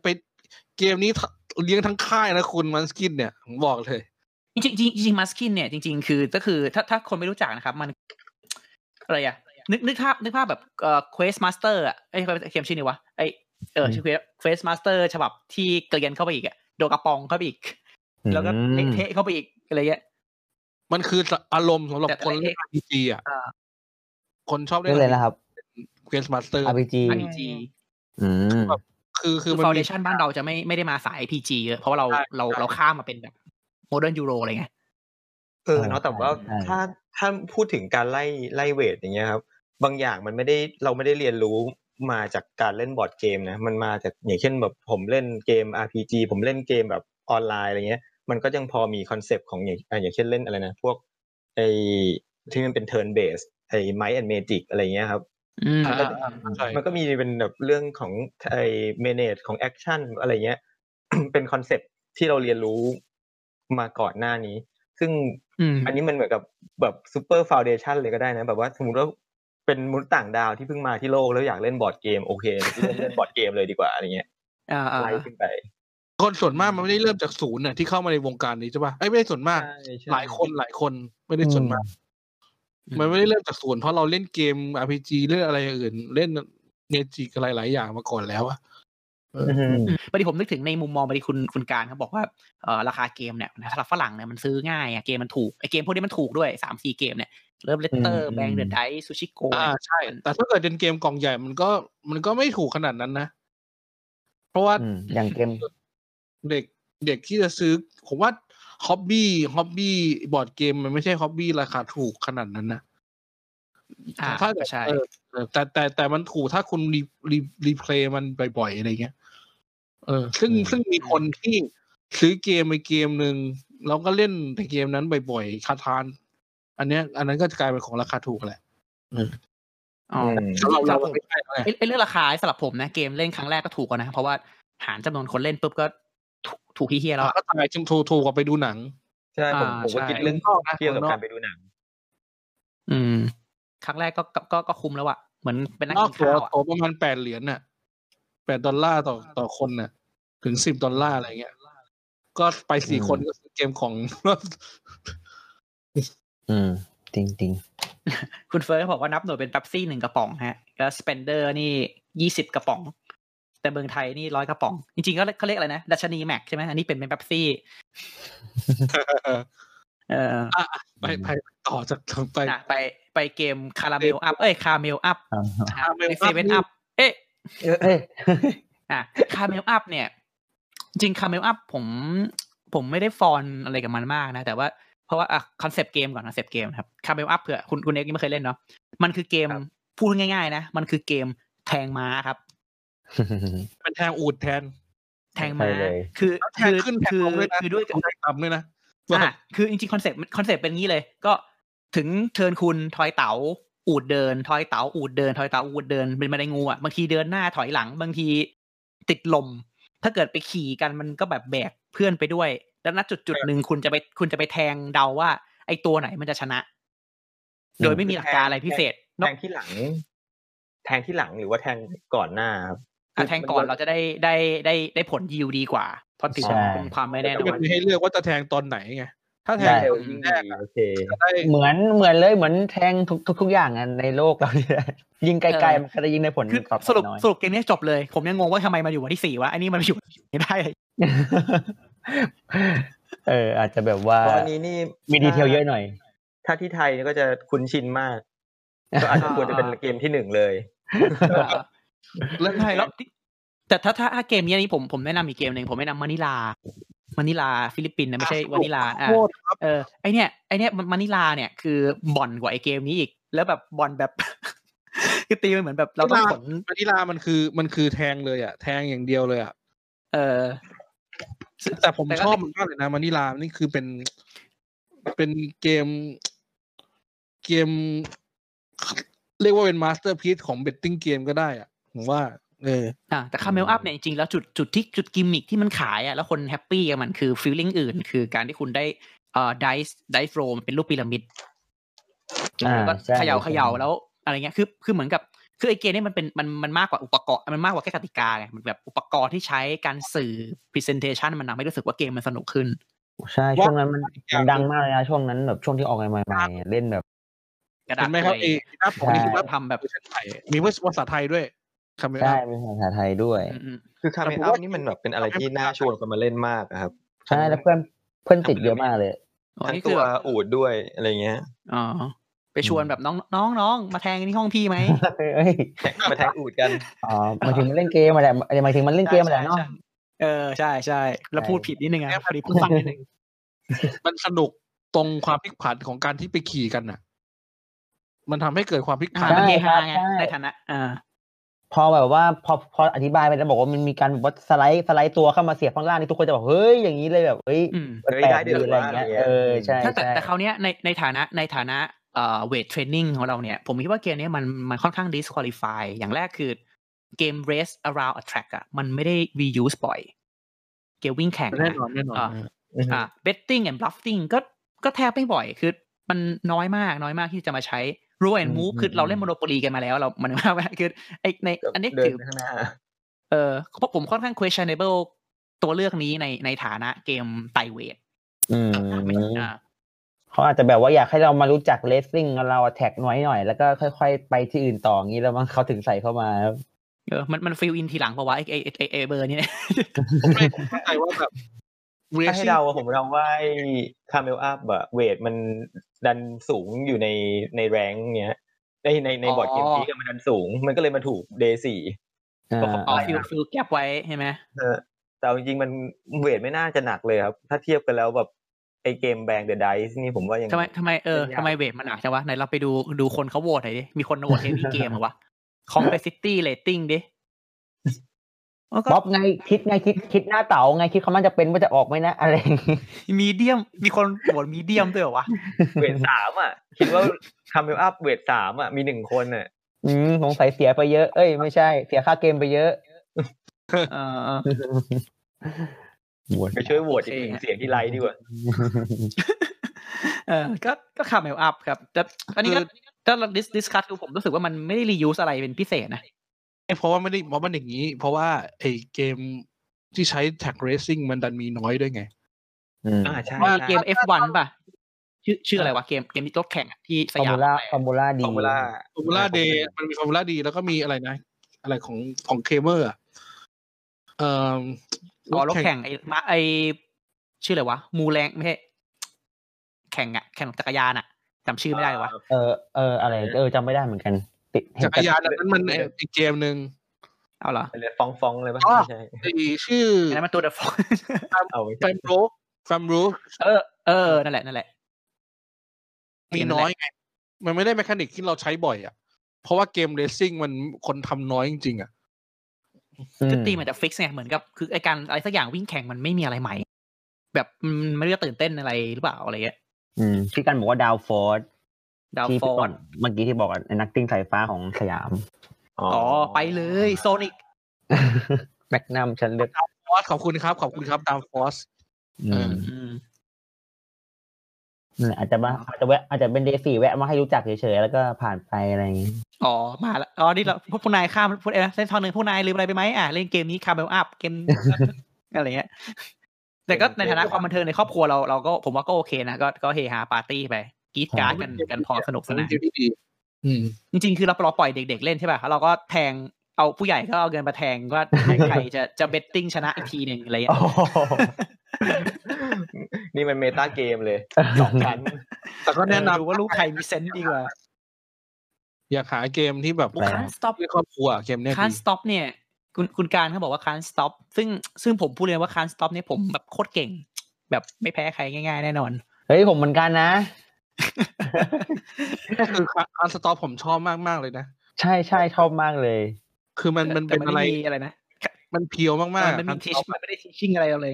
เกมนี้เลี้ยงทั้งค่ายนะคุณมันสกินเนี่ยผมบอกเลยจริงจริงจริงมัสคินเนี่ยจริงๆคือก็คือถ้าถ้าคนไม่รู้จักนะครับมันอะไรอ่ะนึกนึกภาพนึกภาพแบบเอ่อ Quest Master อ่ะไอ้เกมชื่อนี่วะไอ้เออชื่อ Quest Master ฉบับที่เกรียนเข้าไปอีกอ่ะโดกระปองเข้าไปอีกแล้วก็เละเทะเข้าไปอีกอะไรเงี้ยมันคืออารมณ์สำหรับคนเล่น อาร์ พี จี อ่ะคนชอบเล่นเลยนะครับ Quest Master อาร์ พี จีอาร์ พี จีอืมคือคือ Foundation บ้านเราจะไม่ไม่ได้มาสาย พี จี เยอะเพราะว่าเราเราเราข้ามมาเป็นแบบ Modern Euro อะไรเงี้ยเออเนาะแต่ว่าถ้าถ้าพูดถึงการไล่ไล่เวทอย่างเงี้ยครับบางอย่างมันไม่ได้เราไม่ได้เรียนรู้มาจากการเล่นบอร์ดเกมนะมันมาจากอย่างเช่นแบบผมเล่นเกม อาร์ พี จี ผมเล่นเกมแบบออนไลน์อะไรเงี้ยมันก็ยังพอมีคอนเซปต์ของอย่างอย่างเช่นเล่นอะไรนะพวกไอ้ที่มันเป็น turn based ไอ้ Might and Magic อะไรเงี้ยครับมันก็มันก็มีเป็นแบบเรื่องของไอ้ manage ของ action อะไรเงี้ย เป็นคอนเซปต์ที่เราเรียนรู้มาก่อนหน้านี้ซึ่งอันนี้มันเหมือนกับแบบซูเปอร์ฟาวเดชั่นเลยก็ได้นะแบบว่าสมมติว่าเป็นมนุษย์ต่างดาวที่เพิ่งมาที่โลกแล้วอยากเล่นบอร์ดเกมโอเคเล่นเล่นบอร์ดเกมเลยดีกว่าอะไรเงี้ยไล่ขึ้นไปคนส่วนมากมันไม่ได้เริ่มจากศูนย์น่ะที่เข้ามาในวงการนี้ใช่ป่ะไอ้ไม่ได้ส่วนมากหลายคนหลายคนไม่ได้ส่วนมากมันไม่ได้เริ่มจากศูนย์เพราะเราเล่นเกม อาร์ พี จี เล่นอะไรอื่นเล่นเมจิกอะไรหลายอย่างมาก่อนแล้วอะพอดีผมนึกถึงในมุมมองพอดีคุณคุณการเขาบอกว่าเอ่อราคาเกมเนี่ยสำหรับฝรั่งเนี่ยมันซื้อง่ายอ่ะเกมมันถูกไอเกมพวกนี้มันถูกด้วย สามสี่ เกมเนี่ยเริ่มเลตเตอร์แบงค์เดอะไดซ์ซูชิโกอ่าใช่แต่ถ้าเกิดเป็นเกมกล่องใหญ่มันก็มันก็ไม่ถูกขนาดนั้นนะเพราะว่าอย่างเกมเด็กเด็กที่จะซื้อผมว่าฮ็อบบี้ฮ็อบบี้บอร์ดเกมมันไม่ใช่ฮ็อบบี้ราคาถูกขนาดนั้นนะถ้าใช่แต่แต่แต่มันถูกถ้าคุณรีรีรีเพลย์มันบ่อยๆอะไรเงี้ยเออซึ่งซึ่งมีคนที่ซื้อเกมไปเกมนึงแล้วก็เล่นแต่เกมนั้นบ่อยๆคาทานอันเนี้ยอันนั้นก็จะกลายเป็นของราคาถูกแหละอ๋อสำหรับเราไม่ใช่ไอ้เรื่องราคาสำหรับผมนะเกมเล่นครั้งแรกก็ถูกกว่านะเพราะว่าหารจำนวนคนเล่นปุ๊บก็ถูกเฮี้ยๆแล้วก็ทำไมจึงถูกถูกกว่าไปดูหนังใช่ผมผมก็คิดเรื่องเกี่ยวกับการไปดูหนังอืมครั้งแรกก็ก็ก็คุ้มแล้วอะเหมือนเป็นนักกินข้าวอะประมาณแปดเหรียญน่ะแปดดอลลาร์ต่อต่อคนน่ะถึงสิบดอลลาร์อะไรเงี้ยก็ไปสี่คนก็คือเกมของอืมจริงๆคุณเฟิร์สบอกว่านับหน่วยเป็นเป๊ปซี่หนึ่งกระป๋องฮะแล้วสเปนเดอร์นี่ยี่สิบกระป๋องแต่เมืองไทยนี่ร้อยกระป๋องจริงๆก็เขาเรียกอะไรนะดัชนีแม็กใช่ไหมอันนี้เป็นเป็นเป๊ปซี่เออไปไปต่อจากไปไปไปเกมคาราเมลอัพเอ้ยคาราเมลอัพคาราเมลเซเว่นอัพเอ๊ะเอ๊ะอ่ะคาราเมลอัพเนี่ยจริงคาราเมลอัพผมผมไม่ได้ฟอนอะไรกับมันมากนะแต่ว่าเพราะว่าอ่ะคอนเซปต์เกมก่อนคอนเซปต์เกมครับคาราเมลอัพเผื่อคุณคุณเอกยังไม่เคยเล่นเนาะมันคือเกมพูดง่ายๆนะมันคือเกมแทงม้าครับมันแทงอูฐแทนแทงม้าคือคือคือคือด้วยการทำด้วยนะอ่ะคือจริงๆคอนเซปต์คอนเซปต์เป็นงี้เลยก็ถึงเทิร์นคุณทอยเต๋าอูดเดินทอยเต๋าอูดเดินทอยเต๋าอูดเดินเป็นมาได้งูอ่ะบางทีเดินหน้าถอยหลังบางทีติดลมถ้าเกิดไปขี่กันมันก็แบบแบกเพื่อนไปด้วยแล้วณจุดจุดหนึ่งคุณจะไปคุณจะไปแทงเดาว่าไอ้ตัวไหนมันจะชนะโดยไม่มีหลักการอะไรพิเศษแทงที่หลังแทงที่หลังหรือว่าแทงก่อนหน้าครับแทงก่อนเราจะได้ได้ได้ได้ผลยิวดีกว่าเพราะติดเป็นความไม่แน่นอนให้เลือกว่าจะแทงตอนไหนไงถ้าแทงเร็วยิ่งแรกโอเคเหมือนเหมือนเลยเหมือนแทงทุกทุกทุกอย่างในโลกเราเนี่ยยิงไกลๆมันก็จะยิงในผลสรุปสรุปเกมนี้จบเลยผมยังงงว่าทำไมมาอยู่วันที่สี่วะอันนี้มันอยู่ไม่ได้เอออาจจะแบบว่าอันนี้นี่มีดีเทลเยอะหน่อยถ้าที่ไทยก็จะคุ้นชินมากก็อาจจะควรจะเป็นเกมที่หนึ่งเลยแล้วใช่แล้วแต่ถ้าถ้าเกมนี้ผมผมแนะนำอีกเกมหนึ่งผมแนะนำมานิลามะนิลาฟิลิปปินส์นะไม่ใช่วานิลาอ่ะเออไอเนี้ยไอเนี้ยมะนิลาเนี่ยคือบ่อนกว่าไอเกมนี้อีกแล้วแบบบ่อนแบบคือตีมันเหมือนแบบเราต้องขนมะนิลามันคือมันคือแทงเลยอ่ะแทงอย่างเดียวเลยอ่ะเออแต่ผมชอบมันมากเลยนะมะนิลานี่คือเป็นเป็นเกมเกมเรียกว่าเป็นมาสเตอร์พีซของเบตติ้งเกมก็ได้อ่ะผมว่าเอออ่าแต่คาเมลอัพเนี่ยจริงๆแล้วจุดจุดที่จุดกิมมิคที่มันขายอ่ะแล้วคนแฮปปี้กับมันคือฟีลลิ่งอื่นคือการที่คุณได้เอ่อไดส์ไดส์โรมเป็นรูปพีระมิดแล้วก็เขย่าเขย่าแล้วอะไรเงี้ยคือคือเหมือนกับคือไอเกมนี้มันเป็นมันมันมากกว่าอุปกรณ์มันมากกว่าแค่กติกาไงมันแบบอุปกรณ์ที่ใช้การสื่อ presentation มันทำให้รู้สึกว่าเกมมันสนุกขึ้นใช่ช่วงนั้นมันมันดังมากเลยนะช่วงนั้นแบบช่วงที่ออกใหม่ๆเล่นแบบกระดาษไหมครับไอ้หน้าปกนี่คือทำแบบมีภาษาไทยด้วยใช่มีภาษาไทยด้วยคือคาเมอัพนี่มันแบบเป็นอะไรที่น่าชวนคนมาเล่นมากครับใช่แล้วเพื่อนเพื่อนติดเยอะมากเลยทั้งตัวอูดด้วยอะไรเงี้ยอ๋อไปชวนแบบน้องน้องน้องมาแทงที่ห้องพี่ไหมมาแทงอูดกันอ๋อมาถึงมันเล่นเกมมาแหละมาถึงมันเล่นเกมมาแหละเนาะเออใช่ใช่แล้วพูดผิดนิดนึงอ่ะพอดีพูดฟังนิดนึงมันสนุกตรงความพลิกผันของการที่ไปขี่กันน่ะมันทำให้เกิดความพลิกผันมันเฮฮาไงในฐานะอ่าพอแบบว่าพอพออธิบายไปแล้วบอกว่ามันมีการแบบว่าสไลด์สไลด์ตัวเข้ามาเสียบข้างล่างนี่ทุกคนจะบอกเฮ้ยอย่างนี้เลยแบบเฮ้ยแปลกดีอะไรอย่างเงี้ยเออใช่แต่แต่คราวนี้ในในฐานะในฐานะเอ่อเวทเทรนนิ่งของเราเนี่ยผมคิดว่าเกมนี้มันมันค่อนข้าง disqualify อย่างแรกคือเกม race around a track อ่ะมันไม่ได้ reuse บ่อยเกมวิ่งแข่งแน่นอนแน่นอนอ่า betting and bluffing ก็ก็แทบไม่บ่อยคือมันน้อยมากน้อยมากที่จะมาใช้ rule and move คือเราเล่น Monopoly กันมาแล้วเรามันมากว่าคือไอในอันนี้ถือเออเพราะผมค่อนข้าง questionable ตัวเลือกนี้ในในฐานะเกมไต่เวทอืมเขาอาจจะแบบว่าอยากให้เรามารู้จักเลสซิ่งเราแท็กน้อยหน่อยแล้วก็ค่อยๆไปที่อื่นต่องี้แล้วมันเขาถึงใส่เข้ามาครับเออมันมันฟิลอินทีหลังป่าววะไอไอไอไอเบอร์นี่เนี่ยผมไม่เข้าใจว่าแบบถ้าให้เราผมเราว่าไอ้คาเมลอัพอะเวทมันดันสูงอยู่ในในแรงเงี้ยในในในบอร์ดเกมนี้ก็มันดันสูงมันก็เลยมาถูกเดย์สี่ก็เขาฟิลฟิลแก็บไว้ใช่ไหมเออแต่จริงๆมันเวทไม่น่าจะหนักเลยครับถ้าเทียบกันแล้วแบบไอเกมแบงเดอะไดส์นี่ผมว่ายังทำไมทำไมเออทำไมเวทมันหนักจังวะไหนเราไปดูดูคนเขาโหวตหน่อยดิมีคนโหวตเฮฟวี่เกมเหรอวะ Complexity Rating ดิบ๊อบไงคิดไงคิดคิดหน้าเต๋าไงคิดเขามันจะเป็นว่าจะออกไหมนะอะไรมีเดียมมีคนโหวตมีเดียมด้วยเหรอวะเวทสามอ่ะคิดว่าคาเมลอัพเวทสามอ่ะมีหนึ่งคนอ่ะอืมสงสัยเสียไปเยอะเอ้ยไม่ใช่เสียค่าเกมไปเยอะเออไปช่วยโหวตอีกหนึ่งเสียงที่ไลฟ์ดีกว่าเออก็ก็คาเมลอัพครับแต่อันนี้ก็ถ้าเราดิสดิสคัสดูผมรู้สึกว่ามันไม่ได้รียูสอะไรเป็นพิเศษนะเพราะว่าไม่ได้เพราะมันอย่างนี้เพราะว่าไอ้เกมที่ใช้แท็กเรซซิ่งมันดันมีน้อยด้วยไงอ่าใช่ว่าเกม เอฟ วัน ป่ะชื่อชื่ออะไรวะเกมเกมที่รถแข่งที่สยามฟอร์มูล่าดีฟอร์มูล่าฟอร์มูล่าเดย์มันมีฟอร์มูล่าดีแล้วก็มีอะไรนะอะไรของของเคเมอร์อ่ะเอ่ออ๋อรถแข่งไอ้มาไอ้ชื่ออะไรวะมูแรงไม่ใช่แข่งอ่ะแข่งจักรยานอ่ะจำชื่อไม่ได้วะเออเอออะไรเออจำไม่ได้เหมือนกันจักรยานนั้นมันอีกเกมนึงเอาเหรออะไรฟองฟองเลยป่ะไม่ใช่ไอ้ชื่ออันนั้นมันตัวเดอะฟองเอาแฟมโรกแฟมโรกเออเออนั่นแหละนั่นแหละมีน้อยไงมันไม่ได้แมคานิกที่เราใช้บ่อยอ่ะเพราะว่าเกมเรซซิ่งมันคนทำน้อยจริงๆอ่ะคือตีมันจะฟิกซ์ไงเหมือนกับคือไอการอะไรสักอย่างวิ่งแข่งมันไม่มีอะไรใหม่แบบมันไม่ได้ตื่นเต้นอะไรหรือเปล่าอะไรเงี้ยอืมที่กันบอกว่าดาวฟอร์ดดาวฟอร์ดเมื่อกี้ที่บอกนักติ้งสายฟ้าของสยามอ๋อไปเลยโซนิกแมกนัมฉันเลือกฟอสขอบคุณครับขอบคุณครับดาวฟอสอืมอาจจะมาอาจจะแวะอาจจะเป็นเดซี่แวะมาให้รู้จักเฉยๆแล้วก็ผ่านไปอะไรอย่างงี้อ๋อมาแล้วอ๋อนี่เราพวกผู้นายข้ามพูดเอ๊ะเส้นทางนึงผู้นายลืมอะไรไปมั้ยอ่ะเล่นเกมนี้คาร์เมลอัพเกมอะไรเงี้ยแต่ก็ในฐานะความบันเทิงในครอบครัวเราเราก็ผมว่าก็โอเคนะก็ก็เฮฮาปาร์ตี้ไปกรี๊ดกราดกันกันพอสนุกสนานจริงๆคือเราเราปล่อยเด็กๆเล่นใช่ป่ะเราก็แทงเอาผู้ใหญ่ก็เอาเงินมาแทงว่าใครจะจะเบตติ้งชนะอีกทีนึงอะไรอย่างเงี้ยนี่มันเมตาเกมเลยสองชั้นแต่ก็แนะนำว่าลูกใครมีเซนส์ดีกว่าอยากหาเกมที่แบบคันสต็อปในครอบครัวเกมเนี้ยคันสต็อปเนี่ยคุณคุณการเขาบอกว่าคันสต็อปซึ่งซึ่งผมพูดเลยว่าคันสต็อปเนี่ยผมแบบโคตรเก่งแบบไม่แพ้ใครง่ายๆแน่นอนเฮ้ยผมเหมือนกันนะก็คือคันสต็อปผมชอบมากๆเลยนะใช่ๆชอบมากเลยคือมันมันเป็นอะไรอะไรนะมันเพียวมากๆมันมีทิชมันไม่ได้ทิชชิ่งอะไรเลย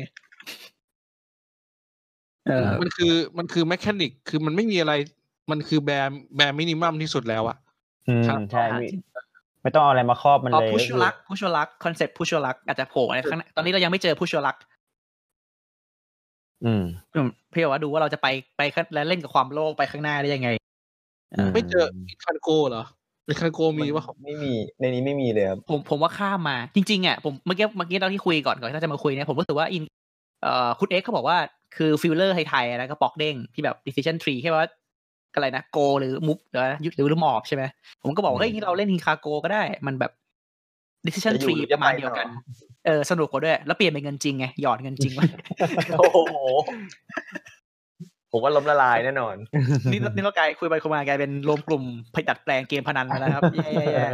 เออมันคือมันคือแมคานิกคือมันไม่มีอะไรมันคือแบร์แบร์มินิมัมที่สุดแล้วอ่ะอืมใช่ไม่ต้องเอาอะไรมาครอบมันเลยพุชลักพุชลักคอนเซ็ปต์พุชลักอาจจะโผล่ในข้างตอนนี้เรายังไม่เจอพุชลักอืมเพื่อว่าดูว่าเราจะไปไปแล้วเล่นกับความโลภไปข้างหน้าได้ยังไงไม่เจออิคันโกเหรอในคาโกมีป่ะครับไม่มีในนี้ไม่มีเลยครับผมผมว่าข้ามมาจริงๆอ่ะผมเมื่อกี้เมื่อกี้เราที่คุยก่อนก่อนที่จะมาคุยเนี่ยผมรู้สึกว่าอินเอ่อคุณเอ็กซ์เขาบอกว่าคือฟิลเลอร์ไทยๆนะก็ปอกเด้งที่แบบ decision tree แค่ว่าอะไรนะโกหรือมุฟหรือยุดหรือหมอบใช่ไหมผมก็บอกว่าเฮ้ยเราเล่นฮิคาโกก็ได้มันแบบ decision tree ประมาณเดียวกันเออสนุกกว่าด้วยแล้วเปลี่ยนเป็นเงินจริงไงหยอดเงินจริงไว้โอ้โหผมว่าล้มละลายแน่นอนนี่นี่เรากลายคุยไปคุยมากลายเป็นรวมกลุ่มผลิตแปลงเกมพนันแล้วครับแย่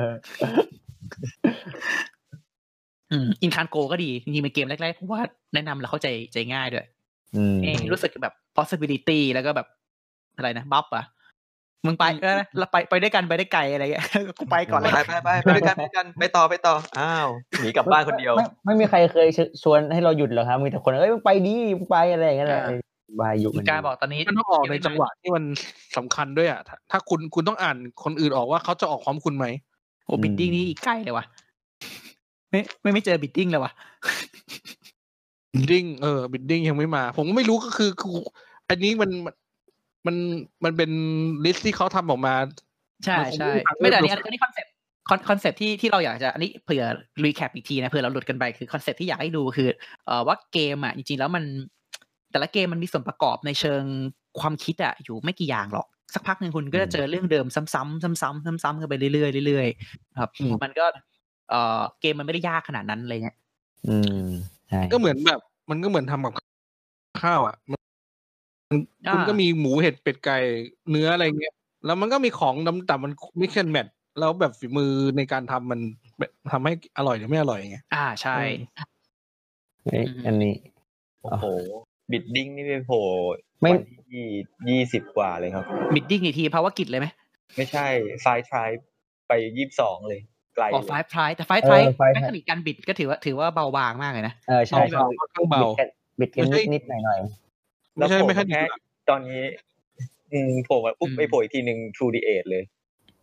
ๆอืมอินคานโกก็ดีจริงๆเป็นเกมแรกๆเพราะว่าแนะนำแล้วเข้าใจใจง่ายด้วยอืมรู้สึกแบบ possibility แล้วก็แบบอะไรนะบัฟอ่ะมึงไปเออเราไปไปด้วยกันไปได้ไกลอะไรเงี้ยกูไปก่อนเลยไปไปไปไปด้วยกันไปกันไปต่อไปต่ออ้าวหนีกลับบ้านคนเดียวไม่ไม่มีใครเคยชวนให้เราหยุดหรอกครับมีแต่คนเอ้ยมึงไปดีมึงไปอะไรอย่างเงี้ยแหละบายอยู่มันการบอกตอนนี้มันต้องออกในจังหวะที่มันสำคัญด้วยอ่ะถ้าคุณคุณต้องอ่านคนอื่นออกว่าเขาจะออกพร้อมคุณไหมโอ้บิดดิ้งนี่อีกใกล้เลยว่ะไม่ไม่ไม่เจอบิดดิ้งเลยว่ะบิดดิ้งเออบิดดิ้งยังไม่มาผมก็ไม่รู้ก็คือคืออันนี้มันมันมันเป็นลิสต์ที่เขาทำออกมาใช่ใช่ไม่แต่อันนี้อันนี้คอนเซ็ปต์คอนเซ็ปต์ที่ที่เราอยากจะอันนี้เผื่อรีแคปอีกทีนะเผื่อเราหลุดกันไปคือคอนเซ็ปต์ที่อยากให้ดูคือเอ่อว่าเกมอ่ะจริงๆแล้วมันแต่ละเกมมันมีส่วนประกอบในเชิงความคิดอ่ะอยู่ไม่กี่อย่างหรอกสักพักนึงคุณก็จะเจอเรื่องเดิมซ้ำๆซ้ำๆซ้ำๆกันไปเรื่อยๆเรื่อยๆครับมันก็เอ่อเกมมันไม่ได้ยากขนาดนั้นอะไรเงี้ยอืมใช่ก็เหมือนแบบมันก็เหมือนทำกับข้าวอ่ะคุณก็มีหมูเห็ดเป็ดไก่เนื้ออะไรเงี้ยแล้วมันก็มีของแต่มันมิกซ์แอนด์แมทแล้วแบบฝีมือในการทำมันทำให้อร่อยหรือไม่อร่อยไงอ่าใช่อันนี้โอ้โหบิดดิ้งนี่ไปโผล่ไม่ที่ยี่สิบกว่าเลยครับบิดดิ้งอีกทีภาวกิจเลยไหมไม่ใช่ไฟทรายไปยี่สิบสองเลยไกลอ๋อไฟทรายแต่ไฟทรายแมคานิกการบิดก็ถือว่าถือว่าเบาบางมากเลยนะเออใช่เบาค่อนข้างเบาบิดกันนิดๆหน่อยๆแล้วผมแค่ตอนนี้อืมโผล่มาปุ๊บไปโผล่อีกทีนึง True the Age เลย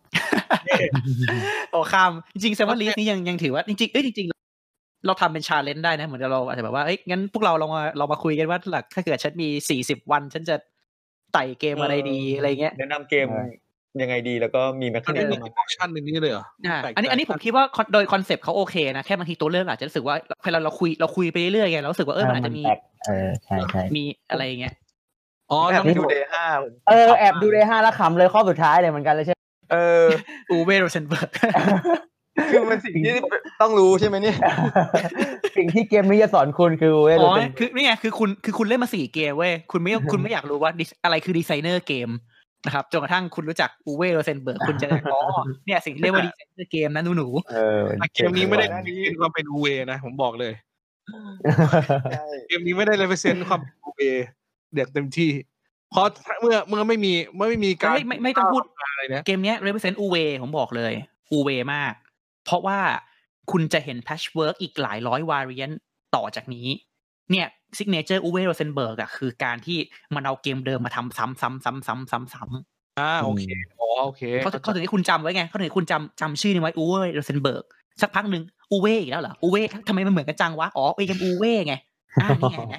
โอ้ข้ามจริงๆแซมว่าลิสต์นี้ยังยังถือว่าจริงๆเอ้ยจริงๆเราทำเป็นชาเลนจ์ได้นะเหมือนเราอาจจะแบบว่าเอ้ยงั้นพวกเราเรามาเรามาคุยกันว่าหลักถ้าเกิดฉันมีสี่สิบวันฉันจะไต่เกมอะไรดีอะไรเงี้ยแนะนำเกมยังไงดีแล้วก็มีแมคานิกมีออปชั่นในนี้เลยเหรออันนี้อันนี้ผมคิดว่าโดยคอนเซปต์เขาโอเคนะแค่บางทีตัวเลือกอาจจะรู้สึกว่าเวลาเราคุยเราคุยไปเรื่อยๆไงเรารู้สึกว่าเออมันอาจจะมีเออใช่ๆมีอะไรเงี้ยอ๋อแอบดูเดย์ห้าเออแอบดูเดย์ห้าแล้วขำเลยข้อสุดท้ายเลยเหมือนกันเลยใช่เอออูเวโรเซนเบิร์กคือมันสิ่งที่ต้องรู้ใช่ไหมเนี่ยสิ่งที่เกมนี้จะสอนคุณคืออูเวโรเซนเบิร์กคือนี่ไงคือคุณคือคุณเล่นมาสี่เกมเว้ยคุณไม่คุณไม่อยากรู้ว่าอะไรคือดีไซเนอร์เกมนะครับจนกระทั่งคุณรู้จักอูเวโรเซนเบิร์กคุณจะอ๋อเนี่ยสิ่งที่เรียกว่าดีไซเนอร์เกมนะหนูๆเออเกมนี้ไม่ได้เป็นความเป็นอูเวนะผมบอกเลยเกมนี้ไม่ได้เรเปอร์เซนต์ความอูเวเด็ดเต็มที่เพราะเมื่อเมื่อไม่มีเมื่อไม่มีการไม่ไม่ไม่ต้องพูดอะไรนะเกมนี้ represent อูเวผมบอกเลยอูเวมากเพราะว่าคุณจะเห็น patchwork อีกหลายร้อย variant ต่อจากนี้เนี่ย signature อูเวโรเซนเบิร์กอะคือการที่มันเอาเกมเดิมมาทำซ้ำซ้ำซ้ำซ้ำซ้ำซ้ำอ่าโอเคอ๋อโอเคเขาเขาถึงให้คุณจำไว้ไงเขาถึงให้คุณจำจำชื่อนี้ไว้อูเวโรเซนเบิร์กสักพักหนึ่งอูเวอีกแล้วเหรออูเวทำไมมันเหมือนกันจังวะอ๋อเกมอูเวไงอ่านี่ไง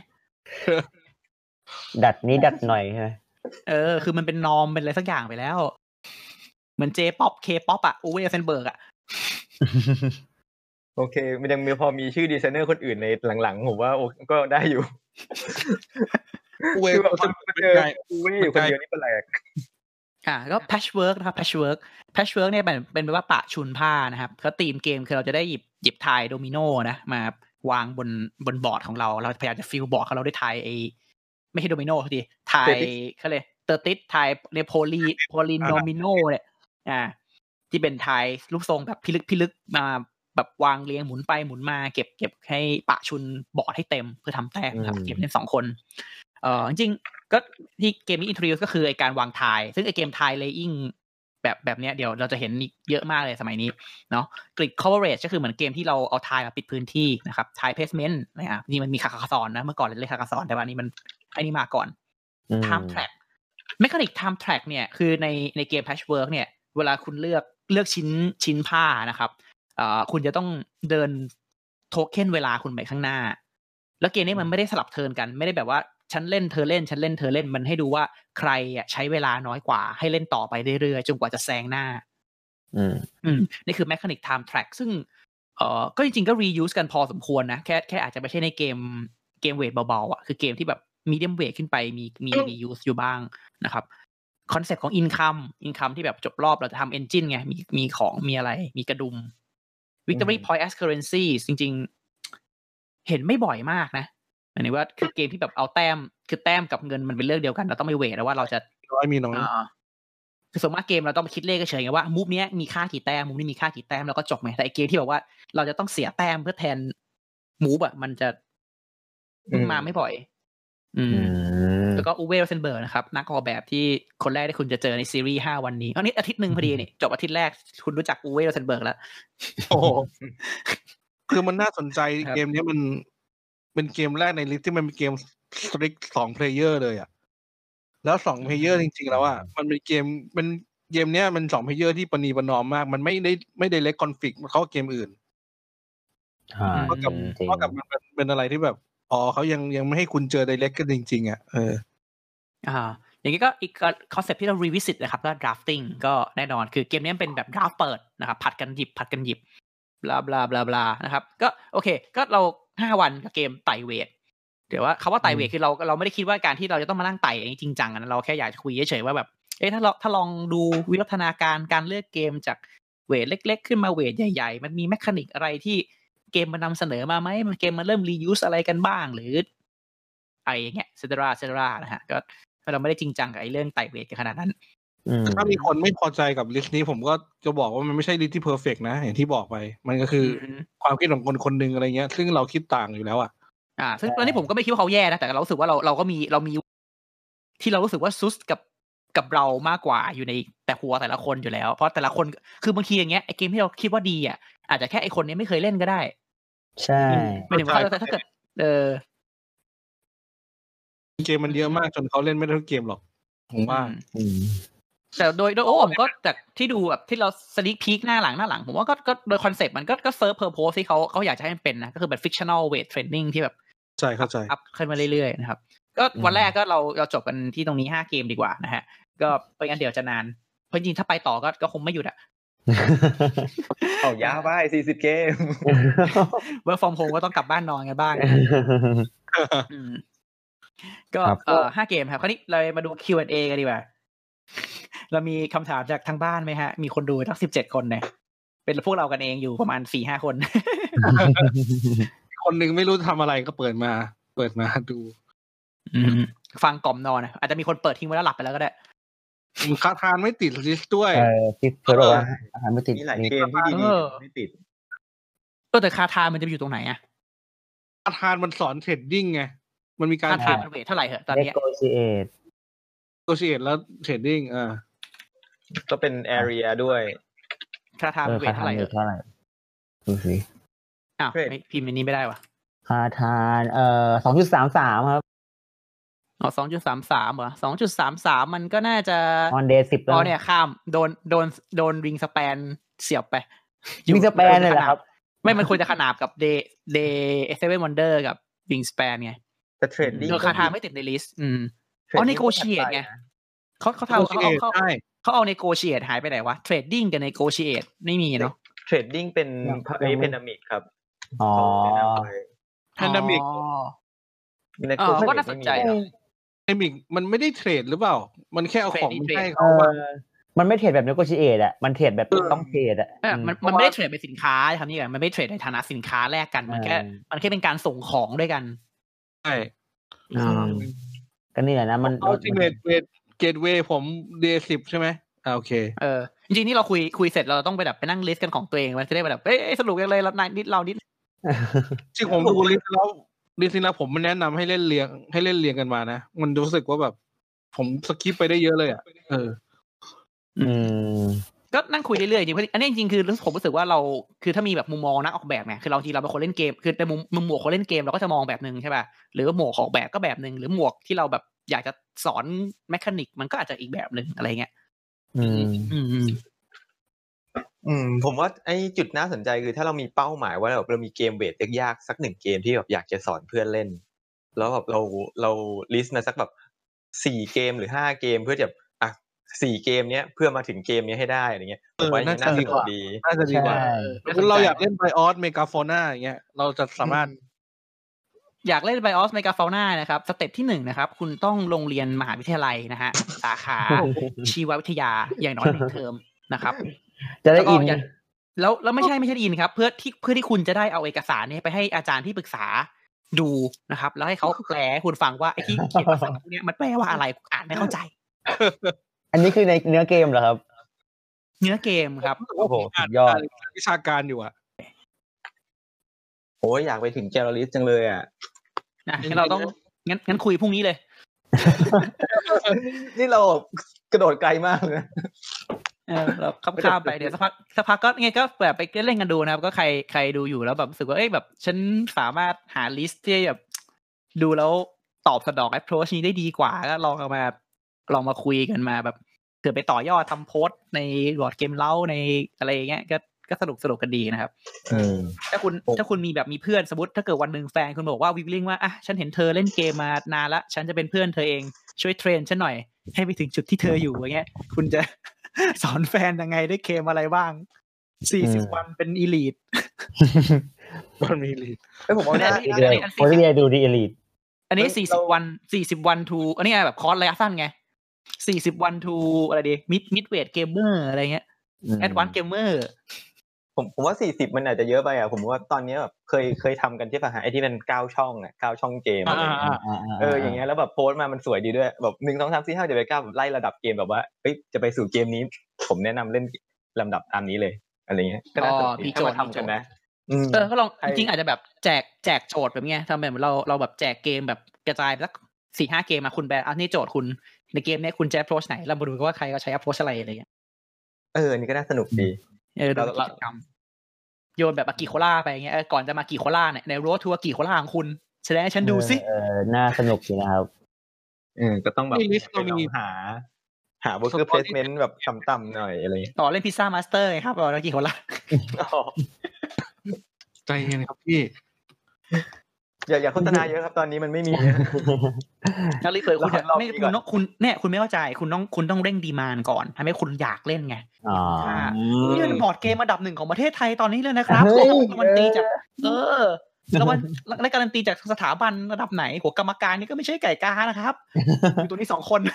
ดัดนี้ดัดหน่อยใช่ไหมเออคือมันเป็นนอมเป็นอะไรสักอย่างไปแล้วเหมือน J-pop K-pop อ่ะอูเวเซนเบิร์กอ่ะโอเคมันยังมีพอมีชื่อดีไซเนอร์คนอื่นในหลังๆผมว่าก็ได้อยู่อูเวมันเจออูเวอยู่คนเดียวนี่แปลกอ่าก็ patchwork นะครับ patchwork patchwork เนี่ยเป็นเป็นแปลว่าปะชุนผ้านะครับเขาธีมเกมคือเราจะได้หยิบหยิบทายโดมิโนนะมาวางบนบนบอร์ดของเราเราพยายามจะฟิลบอร์ดของเราด้วยทายไอไม่ใช่โดมิโนทีทายเขาเลยเตอร์ติสทายในโพลีโพลิโนมิโนเนี่ยอ่าที่เป็นทายรูปทรงแบบพิลึกพิลึกมาแบบวางเรียงหมุนไปหมุนมาเก็บเก็บให้ปะชุนบอร์ดให้เต็มเพื่อทำแต้มครับเกมเล่นสองคนเอ่อจริงๆก็ที่เกมนี้ introduce ก็คือไอการวางทายซึ่งไอเกมทาย laying แบบแบบเนี้ยเดี๋ยวเราจะเห็นเยอะมากเลยสมัยนี้เนาะ grid coverage ก็คือเหมือนเกมที่เราเอาทายมาปิดพื้นที่นะครับ tile placement นะครับนี่มันมีคาคาซอนนะเมื่อก่อนเล่นคาคาซอนแต่ว่านี้มันไอ้นี่มาก่อน time track mechanic time track เนี่ยคือในในเกม patchwork เนี่ยเวลาคุณเลือกเลือกชิ้นชิ้นผ้านะครับเอ่อคุณจะต้องเดินโทเค็นเวลาคุณไปข้างหน้าแล้วเกมนี้มันไม่ได้สลับเทิร์นกันไม่ได้แบบว่าฉันเล่นเธอเล่นฉันเล่นเธอเล่นมันให้ดูว่าใครอ่ะใช้เวลาน้อยกว่าให้เล่นต่อไปเรื่อยๆจนกว่าจะแซงหน้าอืมอืมนี่คือ mechanic time track ซึ่งเอ่อก็จริงๆก็ reuse กันพอสมควรนะแค่แค่อาจจะไม่ใช่ในเกมเกมเวทเบาๆอ่ะคือเกมที่แบบ medium weight ขึ้นไปมีมี reuse อยู่บ้างนะครับคอนเซ็ปต์ของ income income ที่แบบจบรอบเราจะทำ engine ไงมีมีของมีอะไรมีกระดุม victory point as currency จริงๆเห็นไม่บ่อยมากนะหมายถึงว่าคือเกมที่แบบเอาแต้มคือแต้มกับเงินมันเป็นเรื่องเดียวกันเราต้องไม่เวทนะว่าเราจะน้อยมีน้อยคือส่วนมากเกมเราต้องไปคิดเลขเฉยๆไงว่ามูฟเนี้ยมีค่ากี่แต้มมูฟนี้มีค่ากี่แต้มแล้วก็จบไงแต่ไอเกมที่แบบว่าเราจะต้องเสียแต้มเพื่อแทนมูฟอ่ะมันจะมาไม่บ่อยอืมแล้วก็อูเวลเซนเบิร์กนะครับนักออกแบบที่คนแรกที่คุณจะเจอในซีรีส์ห้าวันนี้อันนี้อาทิตย์นึงพอดีนี่จบอาทิตย์แรกคุณรู้จักอูเวลเซนเบิร์กแล้วโอ้คือมันน่าสนใจเกมนี้มันเป็นเกมแรกในลิสต์ที่มันเป็นเกมสตริกสองเพลเยอร์เลยอ่ะแล้วสองเพลเยอร์จริงๆแล้วอ่ะมันเป็นเกมเป็นเกมเนี้ยมันสองเพลเยอร์ที่ปณีประนอมมากมันไม่ได้ไม่ได้เล็กคอนฟลิกต์เขาเกมอื่นเพราะกับเพราะกับมันเป็นอะไรที่แบบอ๋อเขายังยังไม่ให้คุณเจอไดเรกกันจริงๆอ่ะเอออ่าอย่างนี้ก็อีกคอนเซ็ปต์ที่เรารีวิสิตนะครับก็ drafting ก็แน่นอนคือเกมนี้เป็นแบบ draft เปิดนะครับผัดกันหยิบผัดกันหยิบบลาบลาบลาบลานะครับก็โอเคก็เราห้าวันกับเกมไต่เวทเดี๋ยวว่าคำว่าไต่เวทคือเราเราไม่ได้คิดว่าการที่เราจะต้องมานั่งไต่อย่างจริงจังนะเราแค่อยากจะคุยเฉยๆว่าแบบเอ๊ะถ้าเราถ้าลองดูวิวัฒนาการการเลือกเกมจากเวทเล็กๆขึ้นมาเวทใหญ่ๆมันมีแมคานิกอะไรที่เกมมันนำเสนอมาไหมมันเกมมันเริ่มรียูสอะไรกันบ้างหรืออะไรอย่างเงี้ยเซตราเซตรานะฮะก็เราไม่ได้จริงจังกับไอ้เรื่องไต่เวทกันขนาดนั้นถ้ามีคนไม่พอใจกับลิสต์นี้ผมก็จะบอกว่ามันไม่ใช่ลิสต์ที่เพอร์เฟกต์นะอย่างที่บอกไปมันก็คือความคิดของคนคนนึงอะไรเงี้ยซึ่งเราคิดต่างอยู่แล้วอ่ะอ่าซึ่งตอนนี้ผมก็ไม่คิดว่าเขาแย่นะแต่เรารู้สึกว่าเราเราก็มีเรามีที่เรารู้สึกว่าซุสกับกับเรามากกว่าอยู่ในแต่หัวแต่ละคนอยู่แล้วเพราะแต่ละคนคือบางทีอย่างเงี้ยไอ้เกมที่เราคิดว่าดีอ่ะอาจจะแค่ไอ้คนนี้ไม่เคยเล่นก็ได้ใช่ไม่ถึงว่าถ้าเกิดเออเกมมันเยอะมากจนเขาเล่นไม่ได้ทุกเกมหรอกผมว่าแต่โดยโดยโอ้ผมก็จากที่ดูแบบที่เราสนิคพีคหน้าหลังหน้าหลังผมว่าก็ก็โดยคอนเซ็ปต์มันก็ก็เซิร์ฟเพอร์โพสที่เขาเขาอยากจะให้มันเป็นนะก็คือแบบ fictional weight training ที่แบบใช่เข้าใจอัพขึ้นมาเรื่อยๆนะครับก็วันแรกก็เราเราจบกันที่ตรงนี้ห้าเกมดีกว่านะฮะก็ไปงั้นเดี๋ยวจะนานเพราะจริงถ้าไปต่อก็ก็คงไม่หยุดอ่ะเอายาวไปสี่สิบเกม work from home ก็ต้องกลับบ้านนอนกันบ้างก็เอ่อห้าเกมครับคราวนี้เรามาดู คิว แอนด์ เอ กันดีกว่าเรามีคำถามจากทางบ้านไหมฮะมีคนดูทั้งสิบเจ็ดคนเนี่ยเป็นพวกเรากันเองอยู่ประมาณ สี่ห้า คนคนนึงไม่รู้ทำอะไรก็เปิดมาเปิดมาดูฟังกล่อมนอนอาจจะมีคนเปิดทิ้งไว้แล้วหลับไปแล้วก็ได้คาทานไม่ติดลิสต์ด้วยเออที่เพิ่นบอกว่าคาทานไม่ติดมีหลายเกมที่ดีๆไม่ติดเออแต่คาทานมันจะอยู่ตรงไหนอะคาทานมันสอนเทรดดิ้งไงมันมีการเทรดเวทเท่าไหร่เหรอตอนนี้ negotiate negotiate แล้วเทรดดิ้งอ่าก็เป็น area ด้วยคาทานเวทเท่าไหร่เท่าไหร่ดูสิอ้าวพิมพ์ในนี้ไม่ได้วะคาทานเอ่อ สองจุดสามสาม ครับอ๋อ สองจุดสามสาม เหรอ สองจุดสามสาม มันก็น่าจะ on day สิบอ๋อเนี่ยข้ามโดนโดนโดนริงสแปนเสียบไปริงสแปนเลยเหรอครับไม่มันควรจะขนาบกับ day day seven wonder กับริงสแปนไงแต่เทรดดิ้งคาทานไม่ติดในลิสต์อืมอ๋อ negotiate ไงเขาเขาทำเขาเขาเขาเอา negotiate หายไปไหนวะ trading กับ negotiate ไม่มีเนาะ trading เป็นไอ้ pandemic ครับอ๋อ pandemic อ๋อก็น่าสนใจอ่ะ pandemic มันไม่ได้เทรดหรือเปล่ามันแค่เอาของให้เขาว่ามันไม่เทรดแบบ negotiate อ่ะมันเทรดแบบต้องเทรดอ่ะมันมันไม่ได้เทรดเป็นสินค้าครับนี่มันไม่ได้เทรดในฐานะสินค้าแลกกันมันแค่มันแค่เป็นการส่งของด้วยกันใช่ก็นี่แหละนะมัน ultimate gateway ผม day สิบใช่ไหมอ่าโอเคเออจริงๆนี่เราคุยคุยเสร็จเราต้องไปแบบไปนั่งลิสต์กันของตัวเองมันจะได้แบบเอ้ยสรุปกันเลยเรานิดเรานิดจริงผมดูลิสต์แล้วลิสต์แล้วผมมันแนะนำให้เล่นเรียงให้เล่นเรียงกันมานะมันรู้สึกว่าแบบผมสคิปไปได้เยอะเลยอ่ะเอออืมก็นั่งคุยเรื่อยๆจริงๆอันนี้จริงๆคือผมรู้สึกว่าเราคือถ้ามีแบบมุมมองนักออกแบบเนี่ยคือเราจริงเราเป็นคนเล่นเกมคือในมุมมุมหมวกคนเล่นเกมเราก็จะมองแบบนึงใช่ป่ะหรือว่าหมวกออกแบบก็แบบนึงหรือหมวกที่เราแบบอยากจะสอนแมคานิกมันก็อาจจะอีกแบบนึงอะไรเงี้ยอืมอืมอืมผมว่าไอ้จุดน่าสนใจคือถ้าเรามีเป้าหมายว่าเราเรามีเกมเวทยากๆสักหนึ่งเกมที่แบบอยากจะสอนเพื่อนเล่นแล้วแบบเราเราลิสต์มาสักแบบสี่เกมหรือห้าเกมเพื่อจะอ่ะสี่เกมเนี้ยเพื่อมาถึงเกมนี้ให้ได้อะไรเงี้ยผมว่าน่าสนุกดีน่าจะดีกว่าถ้าเราอยากเล่นไบออสเมกาโฟนาอย่างเงี้ยเราจะสามารถอยากเล่นไบออสเมกาโฟนานะครับสเต็ปที่หนึ่งนะครับคุณต้องลงเรียนมหาวิทยาลัยนะฮะสาขาชีววิทยาอย่างน้อยหนึ่งเทอมนะครับจะได้อินแล้วแล้วไม่ใช่ไม่ใช่อินครับเพื่อที่เพื่อที่คุณจะได้เอาเอกสารนี้ไปให้อาจารย์ที่ปรึกษาดูนะครับแล้วให้เขาแปลให้คุณฟังว่าไอ้ที่เขียนภาษาพวกนี้มันแปลว่าอะไรอ่านไม่เข้าใจอันนี้คือในเนื้อเกมเหรอครับเนื้อเกมครับโอ้โหสุดยอดวิชาการอยู่อ่ะโอ้ยอยากไปถึงแกลเลอรี่จังเลยอ่ะนะงั้นเราต้องงั้นงั้นคุยพรุ่งนี้เลยนี่เรากระโดดไกลมากเลยเออเราข้ามไปเดี๋ยวสักพักสักพักก็ไงก็แบบไปเล่นกันดูนะครับก็ใครใครดูอยู่แล้วแบบรู้สึกว่าเอ้ยแบบฉันสามารถหาลิสต์ที่แบบดูแล้วตอบสนอง approach นี้ได้ดีกว่าก็ลองเอามาลองมาคุยกันมาแบบเกิดไปต่อยอดทำโพสต์ในบอร์ดเกมเล่าในอะไรอย่างเงี้ยก็ก็สนุกสนุกกันดีนะครับถ้าคุณถ้าคุณมีแบบมีเพื่อนสมมติถ้าเกิดวันนึงแฟนคุณบอกว่าวิลลิ่งว่าอ่ะฉันเห็นเธอเล่นเกมมานานละฉันจะเป็นเพื่อนเธอเองช่วยเทรนฉันหน่อยให้ไปถึงจุดที่เธออยู่อย่างเงี้ยคุณจะสอนแฟนยังไงได้เกมอะไรบ้างสี่สิบวันเป็นอีลีทมันมีอีลีทเอ้ยผมว่าได้ผมเรียนดูดีอีลีทอันนี้สี่สิบวันสี่สิบวันทูอันนี้แบบคอร์สระยะสั้นไงสี่สิบวันทูอะไรดีมิดมิดเวทเกมเมอร์อะไรเงี้ยแอดวานซ์เกมเมอร์ผมผมว่าสี่สิบมันอาจจะเยอะไปอ่ะผมว่าตอนนี้แบบเคยเคยทำกันใช่ป่ะฮะไอ้ที่เป็นเก้าช่องอ่ะเก้าช่องเกมอะไรอย่างเงี้ยเอออย่างเงี้ยแล้วแบบโพสต์มามันสวยดีด้วยแบบหนึ่ง สอง สาม สี่ ห้า จะไปเก้าแบบไล่ระดับเกมแบบว่าเฮ้ยจะไปสู่เกมนี้ผมแนะนำเล่นลำดับตามนี้เลยอะไรเงี้ยก็น่าสนใจให้มาทำกันนะเออก็ลองจริงๆอาจจะแบบแจกแจกโจทย์แบบเงี้ยทำแบบเราเราแบบแจกเกมแบบกระจายสัก สี่ห้า เกมมาคุณแบอันนี้โจทย์คุณในเกมนี้คุณจะ approach ไหนเรามาดูกันว่าใครก็ใช้ approach อะไรอะไรเงี้ยเออนี่ก็น่าสนุกดีเออโดยกิจกรรมโยนแบบอากิโคล่าไปอย่างเงี้ยก่อนจะมากิโคล่าเนี่ยใน road to อากิโคล่าของคุณแสดงให้ฉันดูสิเออน่าสนุกจริงนะครับเออก็ต้องแบบเรามีหาหา worker placement แบบต่ำๆหน่อยอะไรต่อเล่นพิซซ่ามาสเตอร์ไงครับอากิโคล่าใจเย็นครับพี่อย่าอย่าโฆษณาเยอะครับตอนนี้มันไม่มีแล้วรีเฟอร์คุณไม่คุณต้องคุณเนี่ยคุณไม่เข้าใจคุณต้องคุณต้องเร่งดีมานด์ก่อนทำให้คุณอยากเล่นไงอ๋อนี่เป็นบอร์ดเกมอันดับหนึ่งของประเทศไทยตอนนี้เลยนะครับการันตีจากเออแล้วมันได้การันตีจากสถาบันระดับไหนหัวกรรมการนี่ก็ไม่ใช่ไก่กานะครับอยู่ตัวนี้สองคน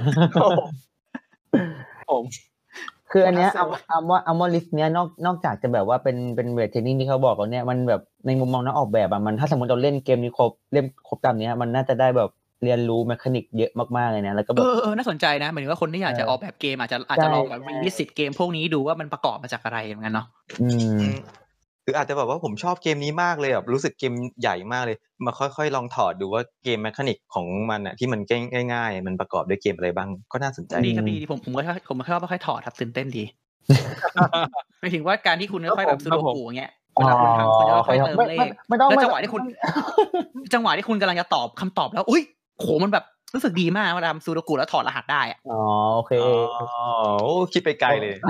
ผมคืออันเนี้ยเอาเอาว่าเอาว่าลิสต์เนี้ยนอกนอกจากจะแบบว่าเป็นเป็นเวทเทรนนิ่งที่เขาบอกแล้วเนี่ยมันแบบในมุมมองนักออกแบบอ่ะมันถ้าสมมติเราเล่นเกมนี้ครบเล่นครบตามเนี้ยมันน่าจะได้แบบเรียนรู้เมคานิกเยอะมากๆเลยนะแล้วก็แบบเออๆน่าสนใจนะหมายถึงว่าคนที่อยากจะออกแบบเกมอาจจะอาจจะลองแบบรีวิสิตเกมพวกนี้ดูว่ามันประกอบมาจากอะไรเหมือนกันเนาะอืมคืออาจจะแบบว่าผมชอบเกมนี้มากเลยแบบรู้สึกเกมใหญ่มากเลยมาค่อยๆลองถอดดูว่าเกมเมคานิกของมันอ่ะที่มันง่ายๆมันประกอบด้วยเกมอะไรบ้างก็น่าสนใจดีครับดีผมผมก็ผมก็ชอบค่อยๆถอดครับตื่นเต้นดีหมายถึงว่าการที่คุณค่อยๆแบบซูโดกุอย่างเงี้ยเวลาคุณทำคุณจะค่อยๆเติมเลขแล้วจังหวะที่คุณจังหวะที่คุณกำลังจะตอบคำตอบแล้วอุ้ยโหมันแบบรู้สึกดีมากเวลาทำซูโดกุแล้วถอดรหัสได้อ่ะอ๋อโอเคอ๋อคิดไปไกลเลย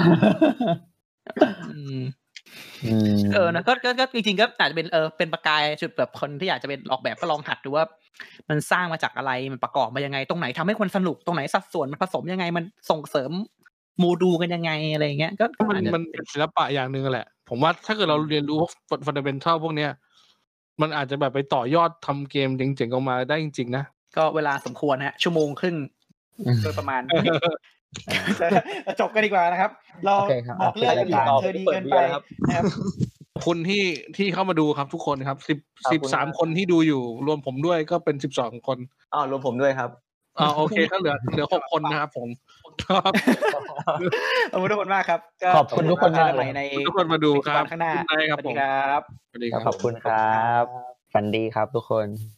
เออนะก็ก็ก็จริงๆก็อาจจะเป็นเออเป็นประกายจุดแบบคนที่อยากจะเป็นออกแบบก็ลองหัดดูว่ามันสร้างมาจากอะไรมันประกอบมายังไงตรงไหนทำให้คนสนุกตรงไหนสัดส่วนมันผสมยังไงมันส่งเสริมโมดูกันยังไงอะไรเงี้ยก็มันมันเป็นศิลปะอย่างนึงแหละผมว่าถ้าเกิดเราเรียนรู้ฟันดาเมนทัลพวกเนี้ยมันอาจจะแบบไปต่อยอดทำเกมเจ๋งๆออกมาได้จริงๆนะก็เวลาสมควรฮะชั่วโมงครึ่งโดยประมาณจบกันดีกว่านะครับเราบอกเรื่องเธอดีเกินไปนะครับคนที่ที่เข้ามาดูครับทุกคนครับสิบ สิบสามคนที่ดูอยู่รวมผมด้วยก็เป็นสิบสองคนอ้าวรวมผมด้วยครับอ๋อโอเคถ้าเหลือเหลือหกคนนะครับผมครับขอบคุณทุกคนมากครับขอบคุณทุกคนมากในทุกคนมาดูครับข้างหน้าครับผมครับขอบคุณครับฝันดีครับทุกคน